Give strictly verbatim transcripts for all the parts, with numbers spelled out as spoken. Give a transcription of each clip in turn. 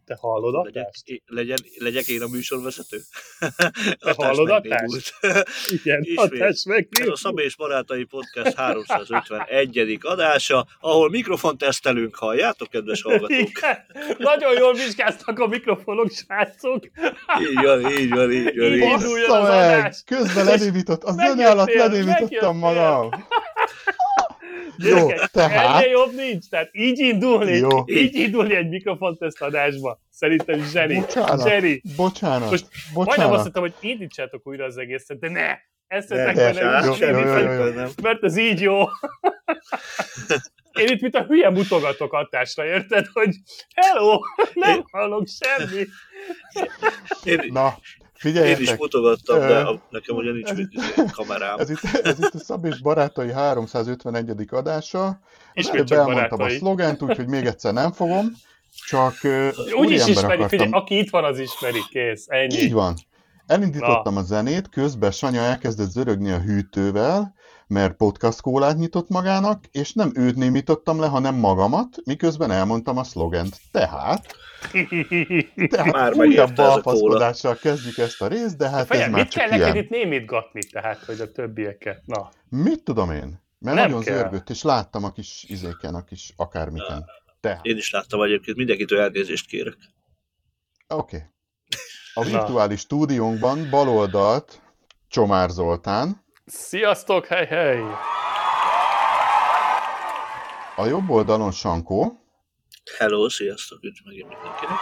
Te hallod a Legyek, tást? é- legyen, legyek én a műsorvezető? Te hallod a tást? Igen, a Ismét. tást meg Ez a Szabé és Barátai Podcast háromszázötvenegyedik adása, ahol mikrofon tesztelünk, halljátok, kedves hallgatók? Igen. Nagyon jól vizsgáztak a mikrofonok, srácok. Így van, így van, így van. Így Így van. induljon az adás. Közben lenémított, a zene alatt lenémítottam magam. Gyerekek, Jó, tehát... ennél jobb nincs. Tehát így indulni, Jó. így indulni egy mikrofonteszt adásba. Szerintem zseni. Bocsánat, Zseni. bocsánat, Most majdnem bocsánat. azt mondtam, hogy indítsátok újra az egészet, de ne! Ezt Ne, tettek ne, bele, jó, úgy jó, jó, semmi, jó, jó. mert ez így jó. Én itt mint a hülye mutogatok adásra, érted, hogy hello, nem hallok semmi. Én, Na, én is figyeljetek, mutogattam, de Ö, a, nekem ugye nincs ez mit- kamerám. ez itt, ez itt a Szabé és Barátai háromszázötvenegyedik adása. Ismét Előbb csak elmondtam a barátai. szlogent, úgyhogy még egyszer nem fogom, csak ö, Úgy is úriember ismeri, akartam. figyelj, aki itt van, az ismeri, kész, ennyi. Így van. Elindítottam a zenét, közben Sanya elkezdett zörögni a hűtővel, mert podcast kólát nyitott magának, és nem őt némítottam le, hanem magamat, miközben elmondtam a szlogent. Tehát, tehát Már újabb megérte ez a kóla. balfaszkodással kezdjük ezt a részt, de hát Fejem, ez már mit kell csak neked ilyen. itt némítgatni, tehát, hogy a többieket? Na, Mit tudom én? Mert Nem nagyon kell. zörgött, és láttam a kis izéken, a kis akármiken. Tehát, Én is láttam egyébként, mindenkitől elnézést kérek. oké. Okay. A Na. virtuális stúdiónkban bal oldalt Csomár Zoltán, sziasztok, hely, hely! a jobb oldalon Sankó, Hello, sziasztok, üdv megint mindenkinek.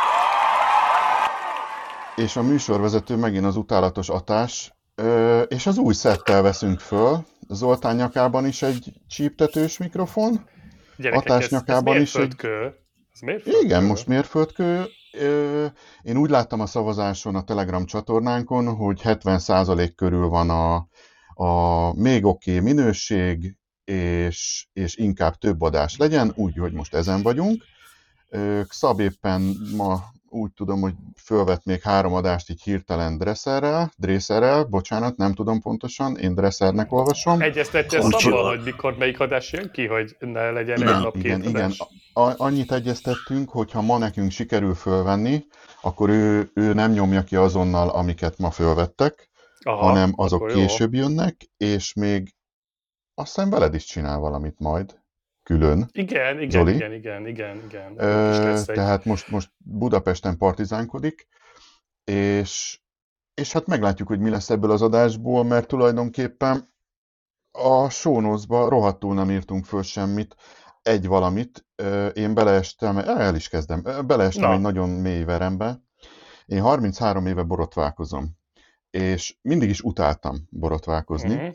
és a műsorvezető megint az utálatos Atás, Ö, és az új szettel veszünk föl. Zoltán nyakában is egy csíptetős mikrofon. Gyerekek, Atás ez, ez nyakában is egy... mérföldkő. Ez mérföldkő. Igen, most mérföldkő. Ö, Én úgy láttam a szavazáson a Telegram csatornánkon, hogy hetven százalék körül van a, a még oké okay minőség, és, és inkább több adás legyen, úgy, hogy most ezen vagyunk. Ö, Szab éppen ma úgy tudom, hogy fölvett még három adást így hirtelen dresszerrel, dresszerrel, bocsánat, nem tudom pontosan, én dresszernek olvasom. Egyeztettél Hogy Szabval, van? hogy mikor melyik adás jön ki, hogy ne legyen Igen, egy nap igen, két igen. adás? A- annyit egyeztettünk, hogy ha ma nekünk sikerül fölvenni, akkor ő, ő nem nyomja ki azonnal, amiket ma fölvettek, Aha, hanem azok akkor jó. később jönnek, és még azt hiszem veled is csinál valamit majd, külön. Igen, igen, Zoli? igen, igen, igen, igen. Ott is Ö, lesz egy- tehát most, most Budapesten partizánkodik, és, és hát meglátjuk, hogy mi lesz ebből az adásból, mert tulajdonképpen a show notes-ba rohadtul nem írtunk föl semmit, egy valamit. Ö, Én beleestem, el is kezdem, Ö, beleestem Na. egy nagyon mély verembe. Én harminchárom éve borotválkozom, és mindig is utáltam borotválkozni. Mhm.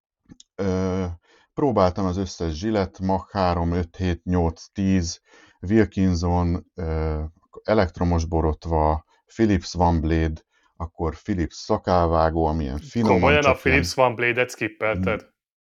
Ö, Próbáltam az összes Gillette, Mach három, öt, hét, nyolc, tíz, Wilkinson, ö, elektromos borotva, Philips One Blade, akkor Philips szakálvágó, amilyen finoman Komolyan a csak ilyen- Philips One Blade-et skippelted?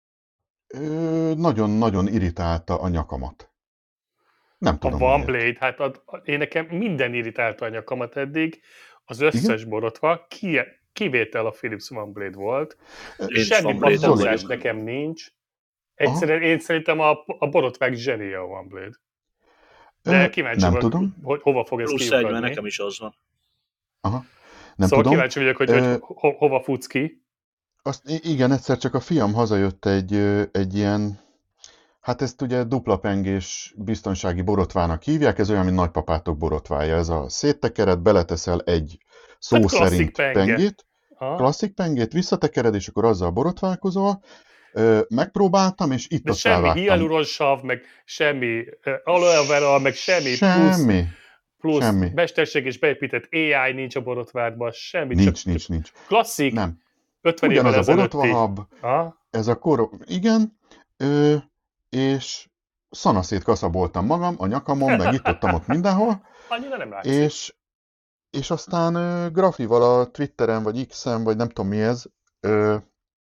Ö, nagyon-nagyon irritálta a nyakamat. Nem A tudom One miért. Blade, hát a, a, én nekem minden irritálta a nyakamat eddig, az összes borotva, ki, kivétel a Philips One Blade volt, Én is semmi One Blade-en pattogás vagyok. nekem nincs. Egyszerűen én szerintem a, a borotvák zsenia a One Blade. De Ö, kíváncsi nem vagyok, tudom. hogy hova fog ez Plusz egy, mert kiukadni. nekem is az van. Aha. Nem Szóval tudom. kíváncsi vagyok, hogy, Ö, hogy ho, hova futsz ki. Azt, i- igen, egyszer csak a fiam hazajött egy, ö, egy ilyen, hát ezt ugye dupla pengés biztonsági borotvának hívják, ez olyan, mint nagypapátok borotvája. Ez a széttekered, beleteszel egy szó Hát klasszik szerint penge. pengét, Ha? klasszik pengét, visszatekered, és akkor azzal borotválkozol. Ö, Megpróbáltam, és itt De azt semmi elvágtam. hialuronsav, meg semmi uh, aloe vera, meg semmi, plusz, Semmi. plusz semmi. mesterséges beépített á i nincs a borotvádban, semmi. Nincs, csak nincs, nincs. klasszik, Nem. ötven évvel Ugyanaz a ezelőtti. borotvahab, Ha? ez a kor... Igen, ö, és szanaszét kaszaboltam magam, a nyakamon, meg itt ott, ott mindenhol, Annyira nem látszik. és, és aztán ö, grafival a Twitteren, vagy X-en, vagy nem tudom mi ez, ö,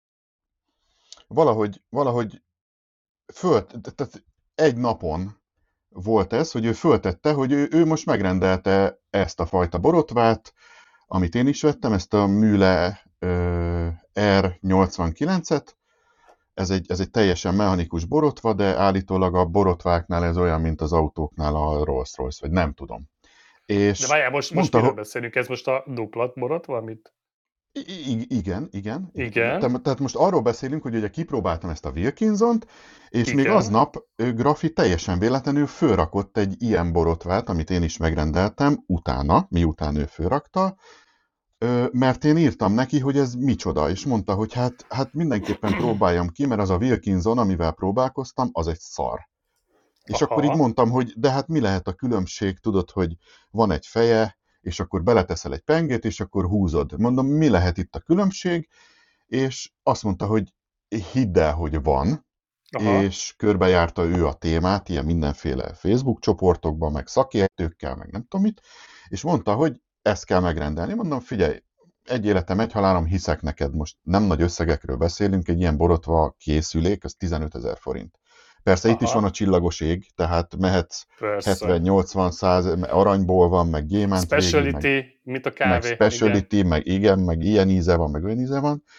valahogy, valahogy föl, tehát egy napon volt ez, hogy ő föltette, hogy ő, ő most megrendelte ezt a fajta borotvát, amit én is vettem, ezt a Mühle ö, er nyolcvankilencet. Ez egy, ez egy teljesen mechanikus borotva, de állítólag a borotváknál ez olyan, mint az autóknál a Rolls-Royce, vagy nem tudom. És De várjál, most, most mondta, miről hogy beszélünk? Ez most a duplat borotva, amit? I- i- igen, igen. Igen, Te- Tehát most arról beszélünk, hogy ugye kipróbáltam ezt a Wilkinsont, és még igen. aznap ö, Grafi teljesen véletlenül fölrakott egy ilyen borotvát, amit én is megrendeltem utána, miután ő fölrakta, ö, mert én írtam neki, hogy ez micsoda, és mondta, hogy hát, hát mindenképpen próbáljam ki, mert az a Wilkinson, amivel próbálkoztam, az egy szar. És akkor így Aha, mondtam, hogy de hát mi lehet a különbség, tudod, hogy van egy feje, és akkor beleteszel egy pengét, és akkor húzod. Mondom, mi lehet itt a különbség? És azt mondta, hogy hidd el, hogy van, aha, és körbejárta ő a témát, ilyen mindenféle Facebook csoportokban, meg szakértőkkel, meg nem tudom mit, és mondta, hogy ezt kell megrendelni. Mondom, figyelj, egy életem, egy halálom, hiszek neked, most nem nagy összegekről beszélünk, egy ilyen borotva készülék, az tizenötezer forint. Persze itt is van aha, a csillagos ég, tehát mehetsz persze. hetven, nyolcvan, száz, aranyból van, meg gyémánt végig, meg, Speciality, mint a meg kávé. speciality, Igen. meg igen, meg ilyen íze van, meg olyan íze van.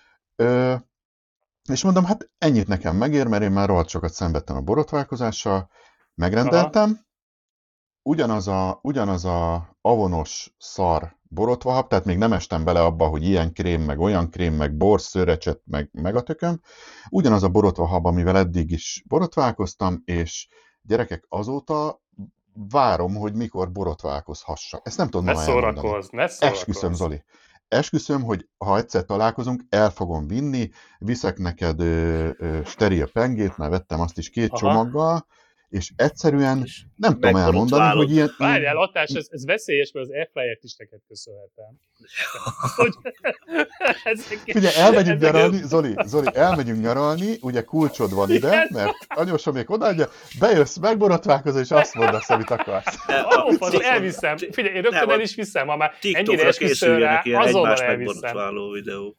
Ö, és mondom, hát ennyit nekem megér, mert én már rohadt sokat szenvedtem a borotválkozással, Aha, megrendeltem, ugyanaz a, ugyanaz a avonos szar borotvahab, tehát még nem estem bele abba, hogy ilyen krém, meg olyan krém, meg bor, szőrecset, meg, meg a tököm, ugyanaz a borotvahab, amivel eddig is borotválkoztam, és gyerekek, azóta várom, hogy mikor borotválkozhassak. Ezt nem tudom ne ma elmondani. szórakozz, ne Esküszöm, szórakozz. Zoli. Esküszöm, hogy ha egyszer találkozunk, el fogom vinni, viszek neked ö, ö, steril pengét, mert vettem azt is két Aha. csomaggal, és egyszerűen És nem tudom elmondani, megborotválod. hogy ilyen... Várjál, Attás, ez, ez veszélyes, mert az Airfryert is neked köszönhetem. Hogy ezek, Figyelj, elmegyünk ezek- nyaralni, Zoli, Zoli, elmegyünk nyaralni, ugye kulcsod van ide, Igen. mert anyósom még odaadja, bejössz, megborotválkozol, és azt mondasz, amit akarsz. Ó, fasz, Tik- elviszem. Tik- Figyelj, én rögtön nem, el is viszem, ha már ennyire TikTokra esküszöl rá, készüljenek ilyen azonnal egymás elviszem. megborotváló videók.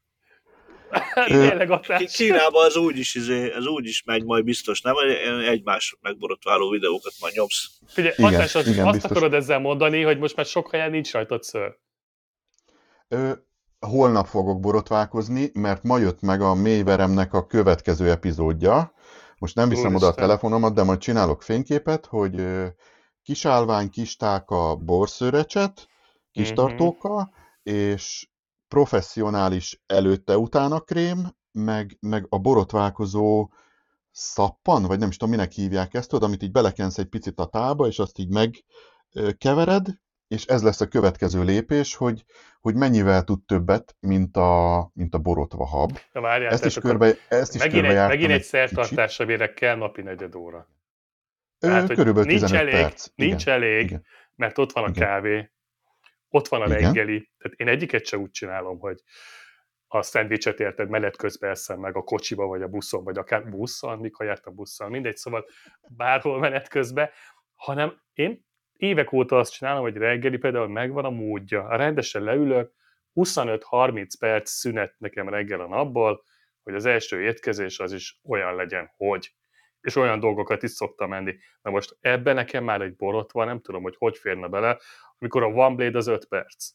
Tényleg, Ki- Attás. Kínában az úgyis, izé, az úgyis megy majd biztos, nem? Egymás megborotváló videókat majd nyomsz. Figyelj, Igen, Attás, azt, igen, azt biztos. akarod ezzel mondani, hogy most már sok helyen nincs rajtad szőr. Ö, holnap fogok borotválkozni, mert ma jött meg a mélyveremnek a következő epizódja. Most nem viszem oda a Úristen. telefonomat, de majd csinálok fényképet, hogy ö, kisálvány, kistálka, borszőrecset, kis Mhm. tartóka, és professzionális előtte-utána krém, meg, meg a borotválkozó szappan, vagy nem is tudom, minek hívják ezt, tudod, amit így belekensz egy picit a tálba, és azt így megkevered, és ez lesz a következő lépés, hogy, hogy mennyivel tud többet, mint a, mint a borotvahab. Na várjál, Ezt is, tehát akkor körbe, ezt is megint egy, körbejártam megint egy kicsit. szertartás, amire kell napi negyed óra. Ö, Tehát, hogy körülbelül nincs tizenöt elég, perc. nincs Igen, elég, igen. mert ott van a Igen. kávé, ott van a Igen. reggeli. Tehát én egyiket sem úgy csinálom, hogy a szendvicset érted, menet közben eszem meg a kocsiba, vagy a buszon, vagy akár busszal, mikor jártam busszal, mindegy, szóval bárhol menet közben, hanem én évek óta azt csinálom, hogy reggeli például megvan a módja. Rendesen leülök, huszonöt-harminc perc szünet nekem reggel a napból, hogy az első étkezés az is olyan legyen, hogy. És olyan dolgokat is szoktam enni. Na most ebben nekem már egy borotva, nem tudom, hogy hogy férne bele, amikor a One Blade az öt perc.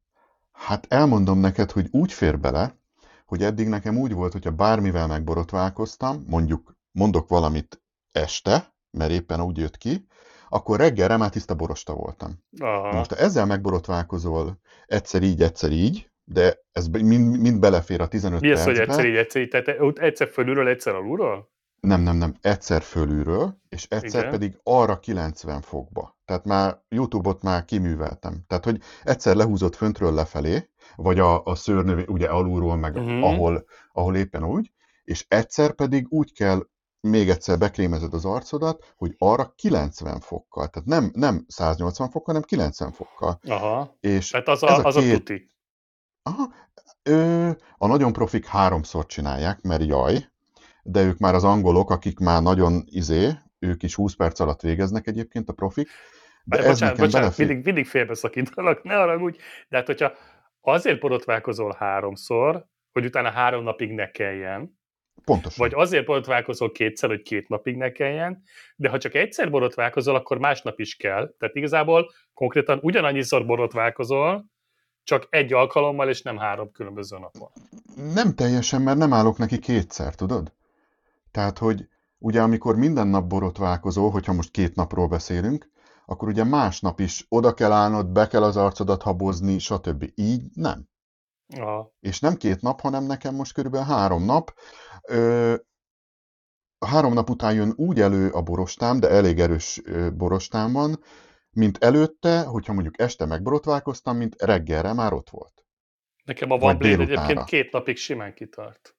Hát elmondom neked, hogy úgy fér bele, hogy eddig nekem úgy volt, hogyha bármivel megborotválkoztam, mondjuk mondok valamit este, mert éppen úgy jött ki, akkor reggelre már tiszta borosta voltam. Aha. Na most, ha ezzel megborotválkozol egyszer így, egyszer így, de ez mind, mind belefér a tizenöt Mi az, hogy percbe. egyszer így, egyszer így, tehát ott egyszer fölülről, egyszer alulról? Nem, nem, nem, egyszer fölülről, és egyszer Igen. pedig arra kilencven fokba. Tehát már YouTube-ot már kiműveltem. Tehát, hogy egyszer lehúzott föntről lefelé, vagy a, a szőrnövény, ugye alulról, meg Mhm. ahol, ahol éppen úgy, és egyszer pedig úgy kell még egyszer bekrémezed az arcodat, hogy arra kilencven fokkal. Tehát nem, nem száznyolcvan fokkal, hanem kilencven fokkal. Aha. És Tehát az ez a, a az a két- tuti. Aha, ö, a nagyon profik háromszor csinálják, mert jaj, de ők már az angolok, akik már nagyon izé, ők is húsz perc alatt végeznek egyébként a profik, de Várj, ez bocsánat, nekem bocsánat, belefér. mindig, mindig félbeszakítanak, ne haragudj, de hát hogyha azért borotválkozol háromszor, hogy utána három napig ne kelljen, Pontosan. vagy azért borotválkozol kétszer, hogy két napig ne kelljen, de ha csak egyszer borotválkozol, akkor másnap is kell. Tehát igazából konkrétan ugyanannyiszor borotválkozol, csak egy alkalommal, és nem három különböző napon. Nem teljesen, mert nem állok neki kétszer, tudod? Tehát, hogy ugye amikor minden nap borotválkozol, hogyha most két napról beszélünk, akkor ugye másnap is oda kell állnod, be kell az arcodat habozni, stb. Így nem. Aha. És nem két nap, hanem nekem most körülbelül három nap. Ö, a három nap után jön úgy elő a borostám, de elég erős ö, borostám van, mint előtte, hogyha mondjuk este megborotválkoztam, mint reggelre már ott volt. Nekem a Vagy Van Blade délutánra. egyébként két napig simán kitart.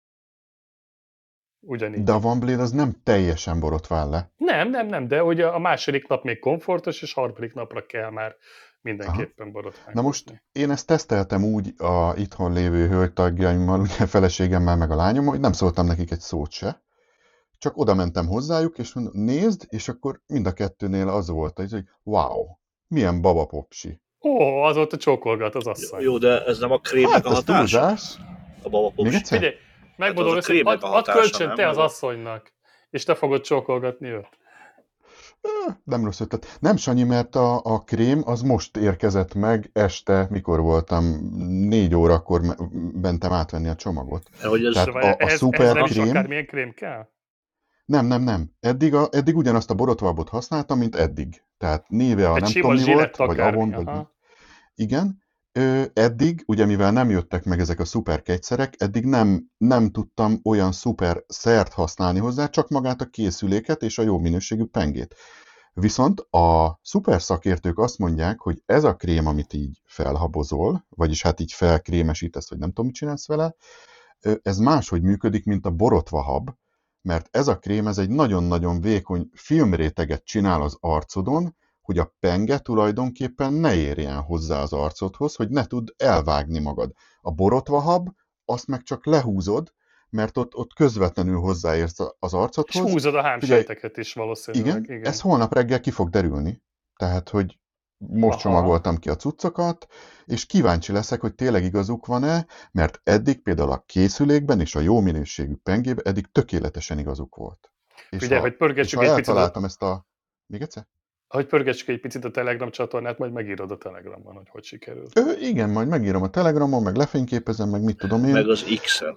Ugyanígy. De a Van Blade az nem teljesen borotvál le. Nem, nem, nem, de ugye a második nap még komfortos, és harmadik napra kell már mindenképpen borotválkozni. Na most én ezt teszteltem úgy a itthon lévő hölgytagjaimmal, ugye feleségemmel, meg a lányommal, hogy nem szóltam nekik egy szót se. Csak oda mentem hozzájuk, és mondom, nézd, és akkor mind a kettőnél az volt, hogy wow, milyen babapopsi. Ó, azóta csókolgat az asszony. Jó, de ez nem a krémnek Hát a ez hatása? túlzás. A babapopsi. Még egyszer? Figyelj, megmondom, Hát az a hogy krémnek ad, a ad hatása, kölcsön nem? te az Meg a- asszonynak, és te fogod csókolgatni őt. Ö, Nem rossz ötlet. Nem, Sanyi, mert a, a krém az most érkezett meg este, mikor voltam, négy órakor me- mentem átvenni a csomagot. Mert hogy ez Tehát Vagy a- a ehhez, szuper ehhez nem is krém- akármilyen krém kell? Nem, nem, nem. Eddig, a, eddig ugyanazt a borotvabot használtam, mint eddig. Tehát néve a Egy nem sima tudom mi zsilett volt, vagy akármi, Avon, vagy mi. aha. Igen. Ö, eddig, ugye mivel nem jöttek meg ezek a szuper kegyszerek, eddig nem, nem tudtam olyan szuper szert használni hozzá, csak magát a készüléket és a jó minőségű pengét. Viszont a szuper szakértők azt mondják, hogy ez a krém, amit így felhabozol, vagyis hát így felkrémesítesz, vagy nem tudom, mit csinálsz vele, ö, ez máshogy működik, mint a borotvahab, mert ez a krém, ez egy nagyon-nagyon vékony filmréteget csinál az arcodon, hogy a penge tulajdonképpen ne érjen hozzá az arcodhoz, hogy ne tud elvágni magad. A borotvahab, azt meg csak lehúzod, mert ott, ott közvetlenül hozzáérsz az És arcodhoz. húzod a hámsejteket is valószínűleg. Igen, Igen, ez holnap reggel ki fog derülni. Tehát, hogy most Aha. csomagoltam ki a cuccokat, és kíváncsi leszek, hogy tényleg igazuk van-e, mert eddig például a készülékben és a jó minőségű pengében eddig tökéletesen igazuk volt. És Ugye, ha, hogy és pörgessük ha egy picit, a, eltaláltam ezt a... Még egyszer? hogy pörgessük egy picit a Telegram csatornát, majd megírod a Telegramon, hogy hogy sikerült. Ö, igen, majd megírom a Telegramon, meg lefényképezem, meg mit tudom én. meg az X-en.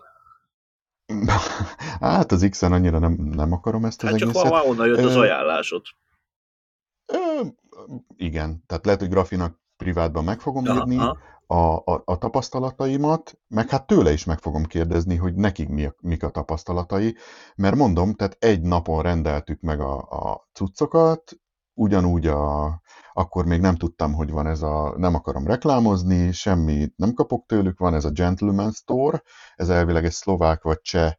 Hát az X-en annyira nem, nem akarom ezt az Hát csak egészet. van, onnan jött az Ö, ajánlásod. Ö, igen, tehát lehet, hogy Grafinak privátban meg fogom Aha, írni aha. a, a, a tapasztalataimat, meg hát tőle is meg fogom kérdezni, hogy nekik mi a, mik a tapasztalatai, mert mondom, tehát egy napon rendeltük meg a, a cuccokat, ugyanúgy a, akkor még nem tudtam, hogy van ez a, nem akarom reklámozni, semmit nem kapok tőlük, van ez a Gentleman Store, ez elvileg egy szlovák vagy cseh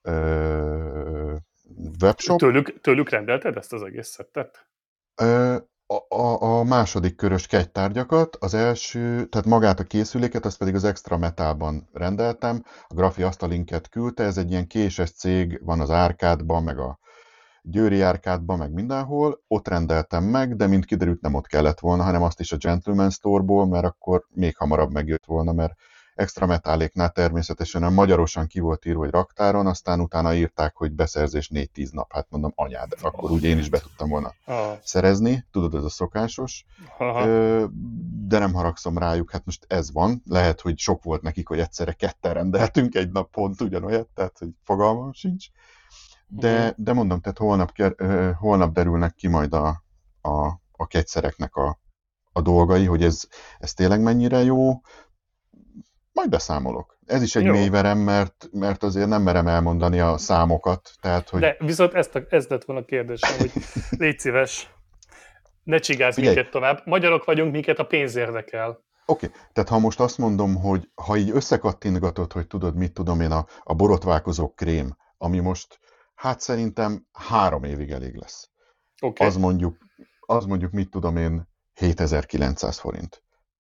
ö, webshop. Tőlük, tőlük rendelted ezt az egész szettet? Ö, A, a, a második körös kegytárgyakat, az első, tehát magát a készüléket, azt pedig az Extra Metalban rendeltem. A Grafi azt a linket küldte, ez egy ilyen késes cég, van az Árkádban, meg a Győri Árkádban, meg mindenhol. Ott rendeltem meg, de mint kiderült, nem ott kellett volna, hanem azt is a Gentleman Store-ból, mert akkor még hamarabb megjött volna, mert Extra Metáléknál természetesen a magyarosan ki volt írva, hogy raktáron, aztán utána írták, hogy beszerzés négy-tíz nap. Hát mondom, anyád, akkor úgy én is be tudtam volna Ah, szerezni, tudod, ez a szokásos, aha. Ö, de nem haragszom rájuk, hát most ez van, lehet, hogy sok volt nekik, hogy egyszerre ketten rendeltünk egy nap pont ugyanolyat, tehát hogy fogalmam sincs, de, Mhm. de mondom, tehát holnap, ker- ö, holnap derülnek ki majd a, a, a kegyszereknek a, a dolgai, hogy ez, ez tényleg mennyire jó, majd beszámolok. Ez is egy Jó. mélyverem, mert, mert azért nem merem elmondani a számokat, tehát, hogy De viszont ezt, a, ez lett volna a kérdésem, hogy légy szíves, ne csigázz Figyelj. minket tovább. Magyarok vagyunk, minket a pénz érdekel. Oké, okay. Tehát ha most azt mondom, hogy ha így összekattintgatod, hogy tudod, mit tudom én, a, a borotválkozó krém, ami most, hát szerintem három évig elég lesz. Oké. Okay. Az mondjuk, az mondjuk, mit tudom én, hétezer-kilencszáz forint.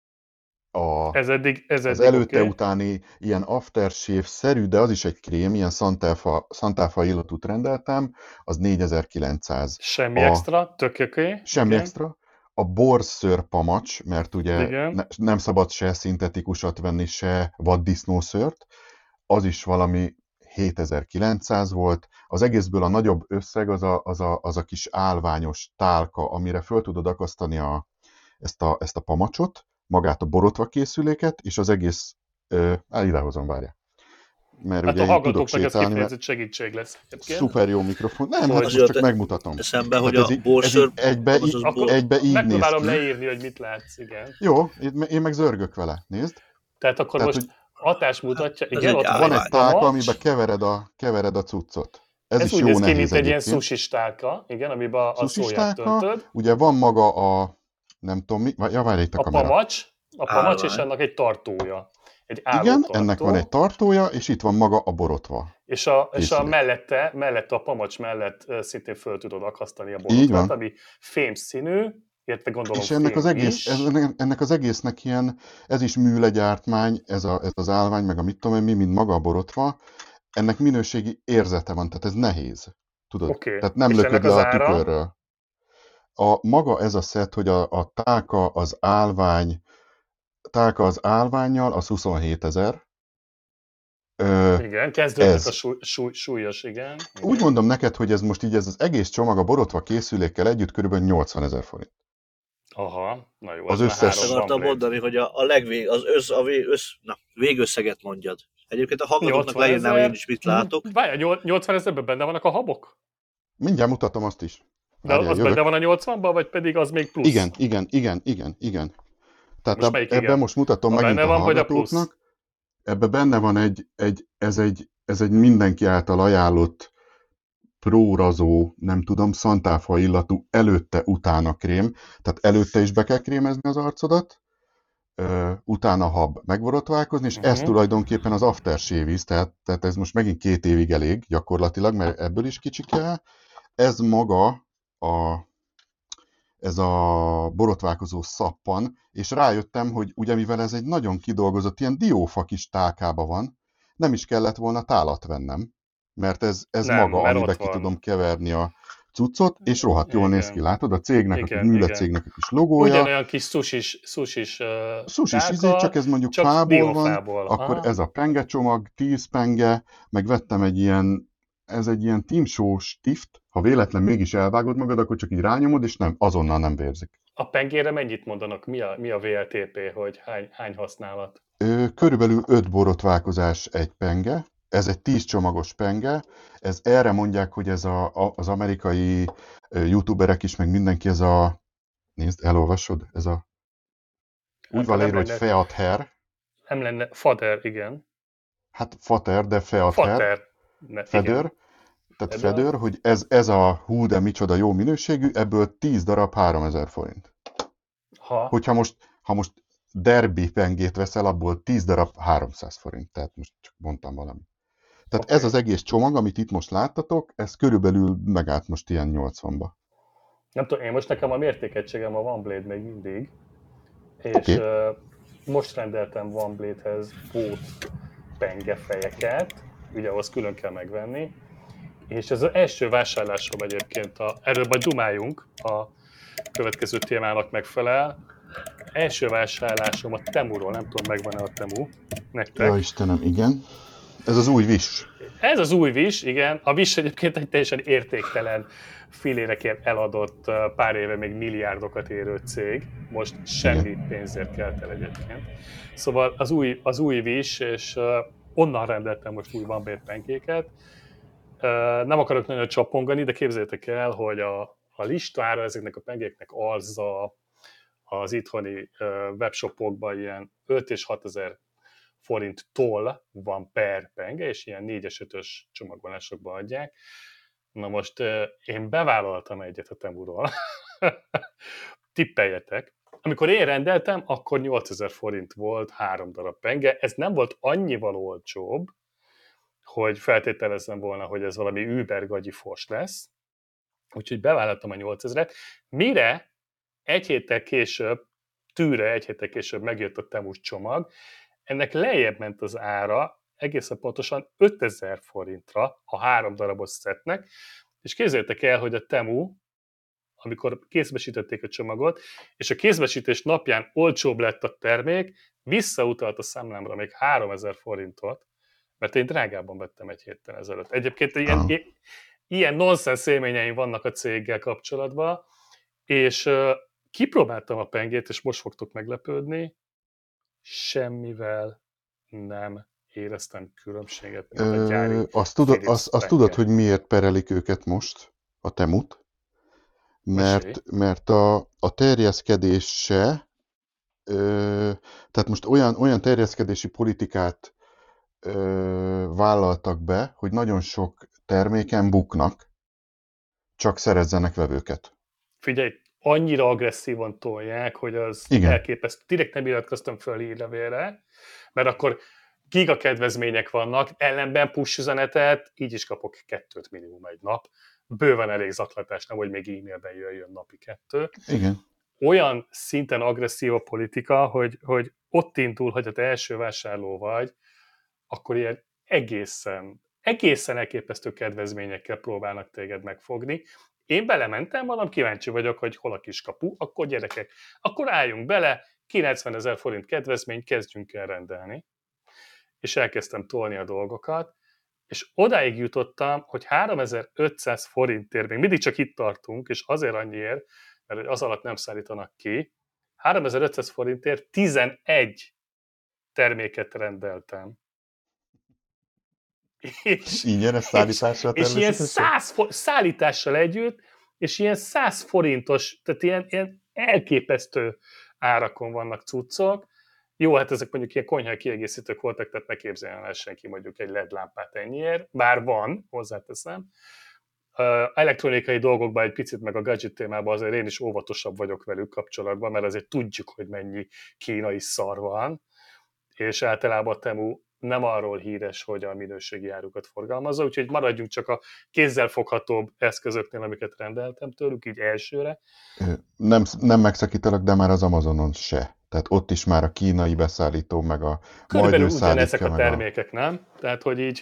A, Ez eddig, ez az eddig előtte okay. utáni ilyen aftershave-szerű, de az is egy krém, ilyen Santelfa, Santelfa illatút rendeltem, az négyezer-kilencszáz. Semmi A- extra, tök oké. Semmi Igen. extra. A borszőr pamacs, mert ugye Igen. ne, nem szabad se szintetikusat venni, se vaddisznószőrt, az is valami hétezer-kilencszáz volt. Az egészből a nagyobb összeg az a, az a, az a kis állványos tálka, amire föl tudod akasztani a, ezt, a, ezt a pamacsot, magát a borotva készüléket, és az egész, ö, á, idehozom, várja. mert Hát ugye a én tudok hallgatóknak ez sétálni, mert kifejezett segítség lesz. Egyébként. szuper jó mikrofon. Nem, hát Hogy- most Azért csak megmutatom. eszembe, hogy Tehát ez a így, ez borször... így egybe, az így, az Akkor bo- egybe így néz megpróbálom ki. leírni, hogy mit látsz, igen. Jó, én én meg zörgök vele, nézd. Tehát akkor Tehát, most hogy hatás mutatja, ez igen, egy ott van van egy a állvány. tálka, pamacs, amiben kevered a, kevered a cuccot. Ez, ez is úgy jó néz ki, nehéz mint egy ilyen egyébként. sushi tálka, igen, amiben a szóját Szusistálka, töltöd. ugye van maga a, nem tudom mi, ja, várj itt a A kamera. pamacs, a pamacs és Állvány. annak egy tartója. Egy álló Igen, tartó. ennek van egy tartója, és itt van maga a borotva. És a, és a készülék. mellette, mellette, a pamacs mellett ö, szintén föl tudod akasztani a Így borotvát, van. ami fém színű, illetve gondolom És ennek fém az, egész, is. ez, ennek az egésznek ilyen, ez is műlegyártmány, ez, a, ez az állvány, meg a mit tudom én mi, mint maga a borotva, ennek minőségi érzete van, tehát ez nehéz. Tudod? Oké. Tehát nem És lököd ennek le az a ára? tükörről. A, maga ez a szett, hogy a, a tálka az állvány, tálka az állvánnyal, az huszonhétezer. Ö, Igen, kezdődnek ez. a súly, súly, súlyos, igen. Úgy igen. mondom neked, hogy ez most így ez az egész csomag a borotva készülékkel együtt körülbelül nyolcvanezer forint. Aha, na jó, Az ez már összes- három Akartam van mondani, hogy a, a legvég, az össz, a vég, össz, na, végösszeget mondjad. Egyébként a hallgatóknak leírnám, hogy én is mit látok. Várj, a nyolcvan ezerben benne vannak a habok? Mindjárt mutatom azt is. De Várjál, az jövök. benne van a nyolcvanban, vagy pedig az még plusz? Igen, igen, igen, igen, igen. Tehát Most eb- melyik ebben igen? most mutatom Ha megint benne a van, vagy a plusz? hallgatóknak. Ebben benne van egy, egy, ez egy, ez egy mindenki által ajánlott prórazó, nem tudom, szantáfa illatú előtte-utána krém. Tehát előtte is be kell krémezni az arcodat, ö, utána hab megborotvákozni, és Mhm. ez tulajdonképpen az aftershave is, tehát, tehát ez most megint két évig elég gyakorlatilag, mert ebből is kicsi kell. Ez maga a, ez a borotválkozó szappan, és rájöttem, hogy ugye mivel ez egy nagyon kidolgozott, ilyen diófa kis tálkába van, nem is kellett volna tálat vennem, mert ez, ez Nem, maga, mert amiben ott ki van. tudom keverni a cuccot, és rohadt jól Igen. néz ki, látod? A cégnek, Igen, a műlecégnek a kis logója. Ugyanolyan kis sushis, sushis uh, Sushi tálka, izé, csak ez mondjuk csak fából van, diófából. akkor Aha. ez a penge csomag, tíz penge, meg vettem egy ilyen, ez egy ilyen Team stift, ha véletlen mégis elvágod magad, akkor csak így rányomod, és nem, azonnal nem vérzik. A pengére mennyit mondanak? Mi a, mi a vé el té pé, hogy hány, hány használat? Ö, körülbelül öt borotválkozás egy penge, ez egy tíz csomagos penge, ez erre mondják, hogy ez a, a, az amerikai ö, youtuberek is, meg mindenki ez a, nézd, elolvasod, ez a, úgy Hát, van nem leírva, hogy lenne- feat hair, Nem lenne, fader, igen. hát fater, de feat hair, Fater. Ne, fedőr, igen. tehát Fedőr. fedőr, hogy ez, ez a hú, de micsoda jó minőségű, ebből tíz darab háromezer forint. Ha, Hogyha most, ha most derby pengét veszel, abból tíz darab háromszáz forint, tehát most csak mondtam valami. Tehát Oké. ez az egész csomag, amit itt most láttatok, ez körülbelül megállt most ilyen nyolcvanba. nem tudom, én most nekem a mértékegységem a OneBlade még mindig, és Oké. uh, most rendeltem OneBlade-hez bót pengefejeket, ugye ahhoz külön kell megvenni, és ez az első vásárlásom egyébként, a, erről majd dumáljunk, a következő témának megfelel. Első vásárlásom a Temuról, nem tudom, megvan-e a Temu nektek. Ja, Istenem, igen. Ez az új Wish. Ez az új Wish, igen. A Wish egyébként egy teljesen értéktelen filérekért eladott uh, pár éve még milliárdokat érő cég. Most semmi Igen. pénzért kelt el egyébként. Szóval az új, az új Wish, és uh, onnan rendeltem most új OneBlade penkéket. Uh, nem akarok nagyon csapongani, de képzeljétek el, hogy a, a listára ezeknek a pengéknek az a, az itthoni uh, webshopokban ilyen öt és hatezer forinttól van per penge, és ilyen négyes, ötös csomagolásokba adják. Na most én bevállaltam egyet a Temuról. Tippeljetek. Amikor én rendeltem, akkor nyolcezer forint volt három darab penge. Ez nem volt annyival olcsóbb, hogy feltételezzem volna, hogy ez valami übergagyi fos lesz. Úgyhogy bevállaltam a nyolcezret. Mire egy héttel később, tűre egy héttel később megjött a Temus csomag, ennek lejjebb ment az ára, egészen pontosan ötezer forintra a három darabos szettnek, és képzeljétek el, hogy a Temu, amikor kézbesítették a csomagot, és a kézbesítés napján olcsóbb lett a termék, visszautalt a számlámra még háromezer forintot, mert én drágábban vettem egy héttel ezelőtt. Egyébként ilyen, Ah. i- ilyen nonsens élményeim vannak a céggel kapcsolatban, és uh, kipróbáltam a pengét, és most fogtok meglepődni, semmivel nem éreztem különbséget, mint a gyári Ö, azt, tudod, Philips azt, azt tudod, tenger. hogy miért perelik őket most, a Temut? Mesélj. Mert, mert a, a terjeszkedése, ö, tehát most olyan, olyan terjeszkedési politikát ö, vállaltak be, hogy nagyon sok terméken buknak, csak szerezzenek vevőket. Figyelj, annyira agresszívan tolják, hogy az Igen. elképesztő. Direkt nem iratkoztam föl hírlevélre, mert akkor giga kedvezmények vannak, ellenben push üzenetet, így is kapok kettőt minimum egy nap. Bőven elég zaklatás, nem, hogy még e-mailben jöjjön napi kettő. Igen. Olyan szinten agresszív a politika, hogy, hogy ott indul, hogy te első vásárló vagy, akkor ilyen egészen, egészen elképesztő kedvezményekkel próbálnak téged megfogni. Én belementem, mondom, kíváncsi vagyok, hogy hol a kiskapu, akkor gyerekek, akkor álljunk bele, kilencvenezer forint kedvezmény, kezdjünk el rendelni. És elkezdtem tolni a dolgokat, és odáig jutottam, hogy háromezer-ötszáz forintért, még mindig csak itt tartunk, és azért annyiért, mert az alatt nem szállítanak ki, háromezer-ötszáz forintért tizenegy terméket rendeltem. És, Ingyenes és, szállítással és ilyen természetesen? száz for, szállítással együtt, és ilyen száz forintos, tehát ilyen, ilyen elképesztő árakon vannak cuccok. Jó, hát ezek mondjuk ilyen konyhai kiegészítők voltak, tehát ne képzeljen el senki mondjuk egy led lámpát ennyiért, bár van, hozzáteszem. Uh, elektronikai dolgokban egy picit, meg a gadget témában azért én is óvatosabb vagyok velük kapcsolatban, mert azért tudjuk, hogy mennyi kínai szar van, és általában a Temu nem arról híres, hogy a minőségi árukat forgalmazza, úgyhogy maradjunk csak a kézzelfoghatóbb eszközöknél, amiket rendeltem tőlük, így elsőre. Nem, nem megszakítalak, de már az Amazonon se. Tehát ott is már a kínai beszállító, meg a Körülbelül majd ő ugyanezek szállítja, a meg a... termékek, nem? Tehát, hogy így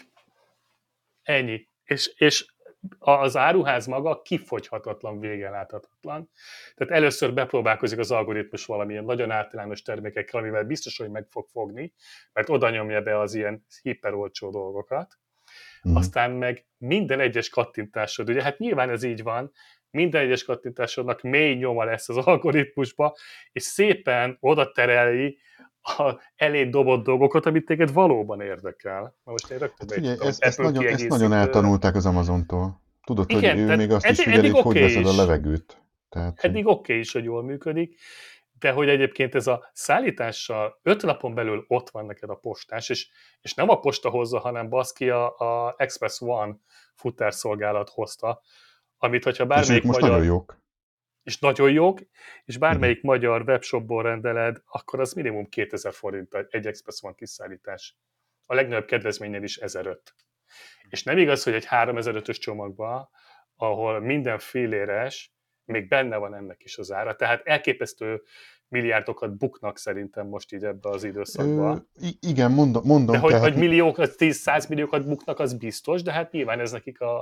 ennyi. És, és az áruház maga kifogyhatatlan, végen láthatatlan. Tehát először bepróbálkozik az algoritmus valamilyen nagyon általános termékekkel, amivel biztos, hogy meg fog fogni, mert oda nyomja be az ilyen hiperolcsó dolgokat. Mhm. Aztán meg minden egyes kattintásod, ugye hát nyilván ez így van, minden egyes kattintásodnak mély nyoma lesz az algoritmusba, és szépen oda tereli a elé dobott dolgokat, amit téged valóban érdekel. Na most én rögtön Hát figyelj, bejutottam az ezt, ezt, Apple nagyon, ezt nagyon kiegészítőre. eltanulták az Amazontól. Tudod, hogy Igen, ő tehát még azt is eddig, figyeli, eddig hogy hogy oké veszed a is. levegőt. Tehát, hogy... Eddig oké okay is, hogy jól működik, de hogy egyébként ez a szállítással öt napon belül ott van neked a postás, és, és nem a posta hozza, hanem baszki a, a Express One futárszolgálat hozta, amit, hogyha És ők bármelyik most magyar... nagyon jók. És nagyon jók, és bármelyik Igen. magyar webshopból rendeled, akkor az minimum kétezer forint egy Express One kiszállítás. A legnagyobb kedvezménynél is ezeröt. És nem igaz, hogy egy háromezer-ötös csomagban, ahol minden filléres, még benne van ennek is az ára. Tehát elképesztő milliárdokat buknak szerintem most így ebbe az időszakba. Ö, igen, mondom, mondom De hogy, tehát... hogy milliókat, tíz-száz milliókat buknak, az biztos, de hát nyilván ez nekik a,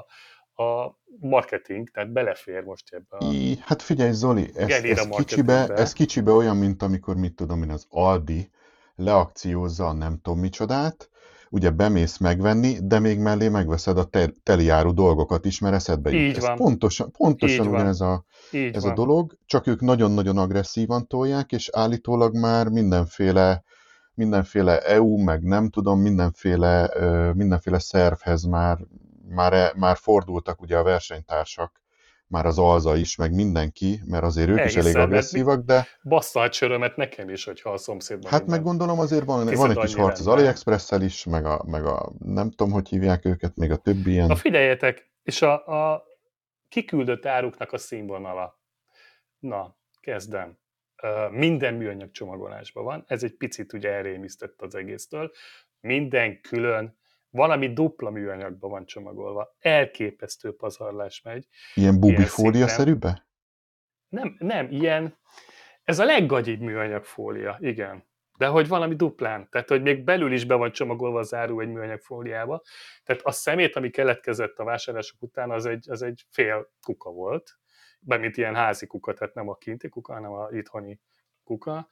a marketing, tehát belefér most ebbe a I, hát figyelj Zoli, ez, Gelira ez, kicsibe, marketingbe. ez kicsibe olyan, mint amikor, mit tudom én, az Aldi leakciózza a nem tudom micsodát, ugye bemész megvenni, de még mellé megveszed a te, teliáru dolgokat is, mert eszedbe jut. Így Ez van. pontosan, pontosan Így van. ugyanez a, Így ez van. a dolog, csak ők nagyon-nagyon agresszívan tolják, és állítólag már mindenféle mindenféle é u, meg nem tudom, mindenféle, mindenféle szervhez már, már, már fordultak ugye a versenytársak, már az Alza is, meg mindenki, mert azért ők is elég agresszívak, de... Bassza a csörömet nekem is, hogyha a szomszédban hát meg gondolom azért van, van egy kis harc az AliExpress-szel is, meg a, meg a nem tudom, hogy hívják őket, még a többi ilyen... Na figyeljetek, és a, a kiküldött áruknak a színvonala. Na, kezdem. Minden műanyag csomagolásban van, ez egy picit ugye elrémisztett az egésztől. Minden külön, valami dupla műanyagban van csomagolva. Elképesztő pazarlás megy. Ilyen bubifólia-szerűbe? Nem, nem, ilyen, ez a leggagyibb műanyagfólia, igen. De hogy valami duplán, tehát hogy még belül is be van csomagolva az áru egy műanyagfóliába. Tehát a szemét, ami keletkezett a vásárlások után, az egy, az egy fél kuka volt, bármint ilyen házi kuka, tehát nem a kinti kuka, hanem a itthoni kuka.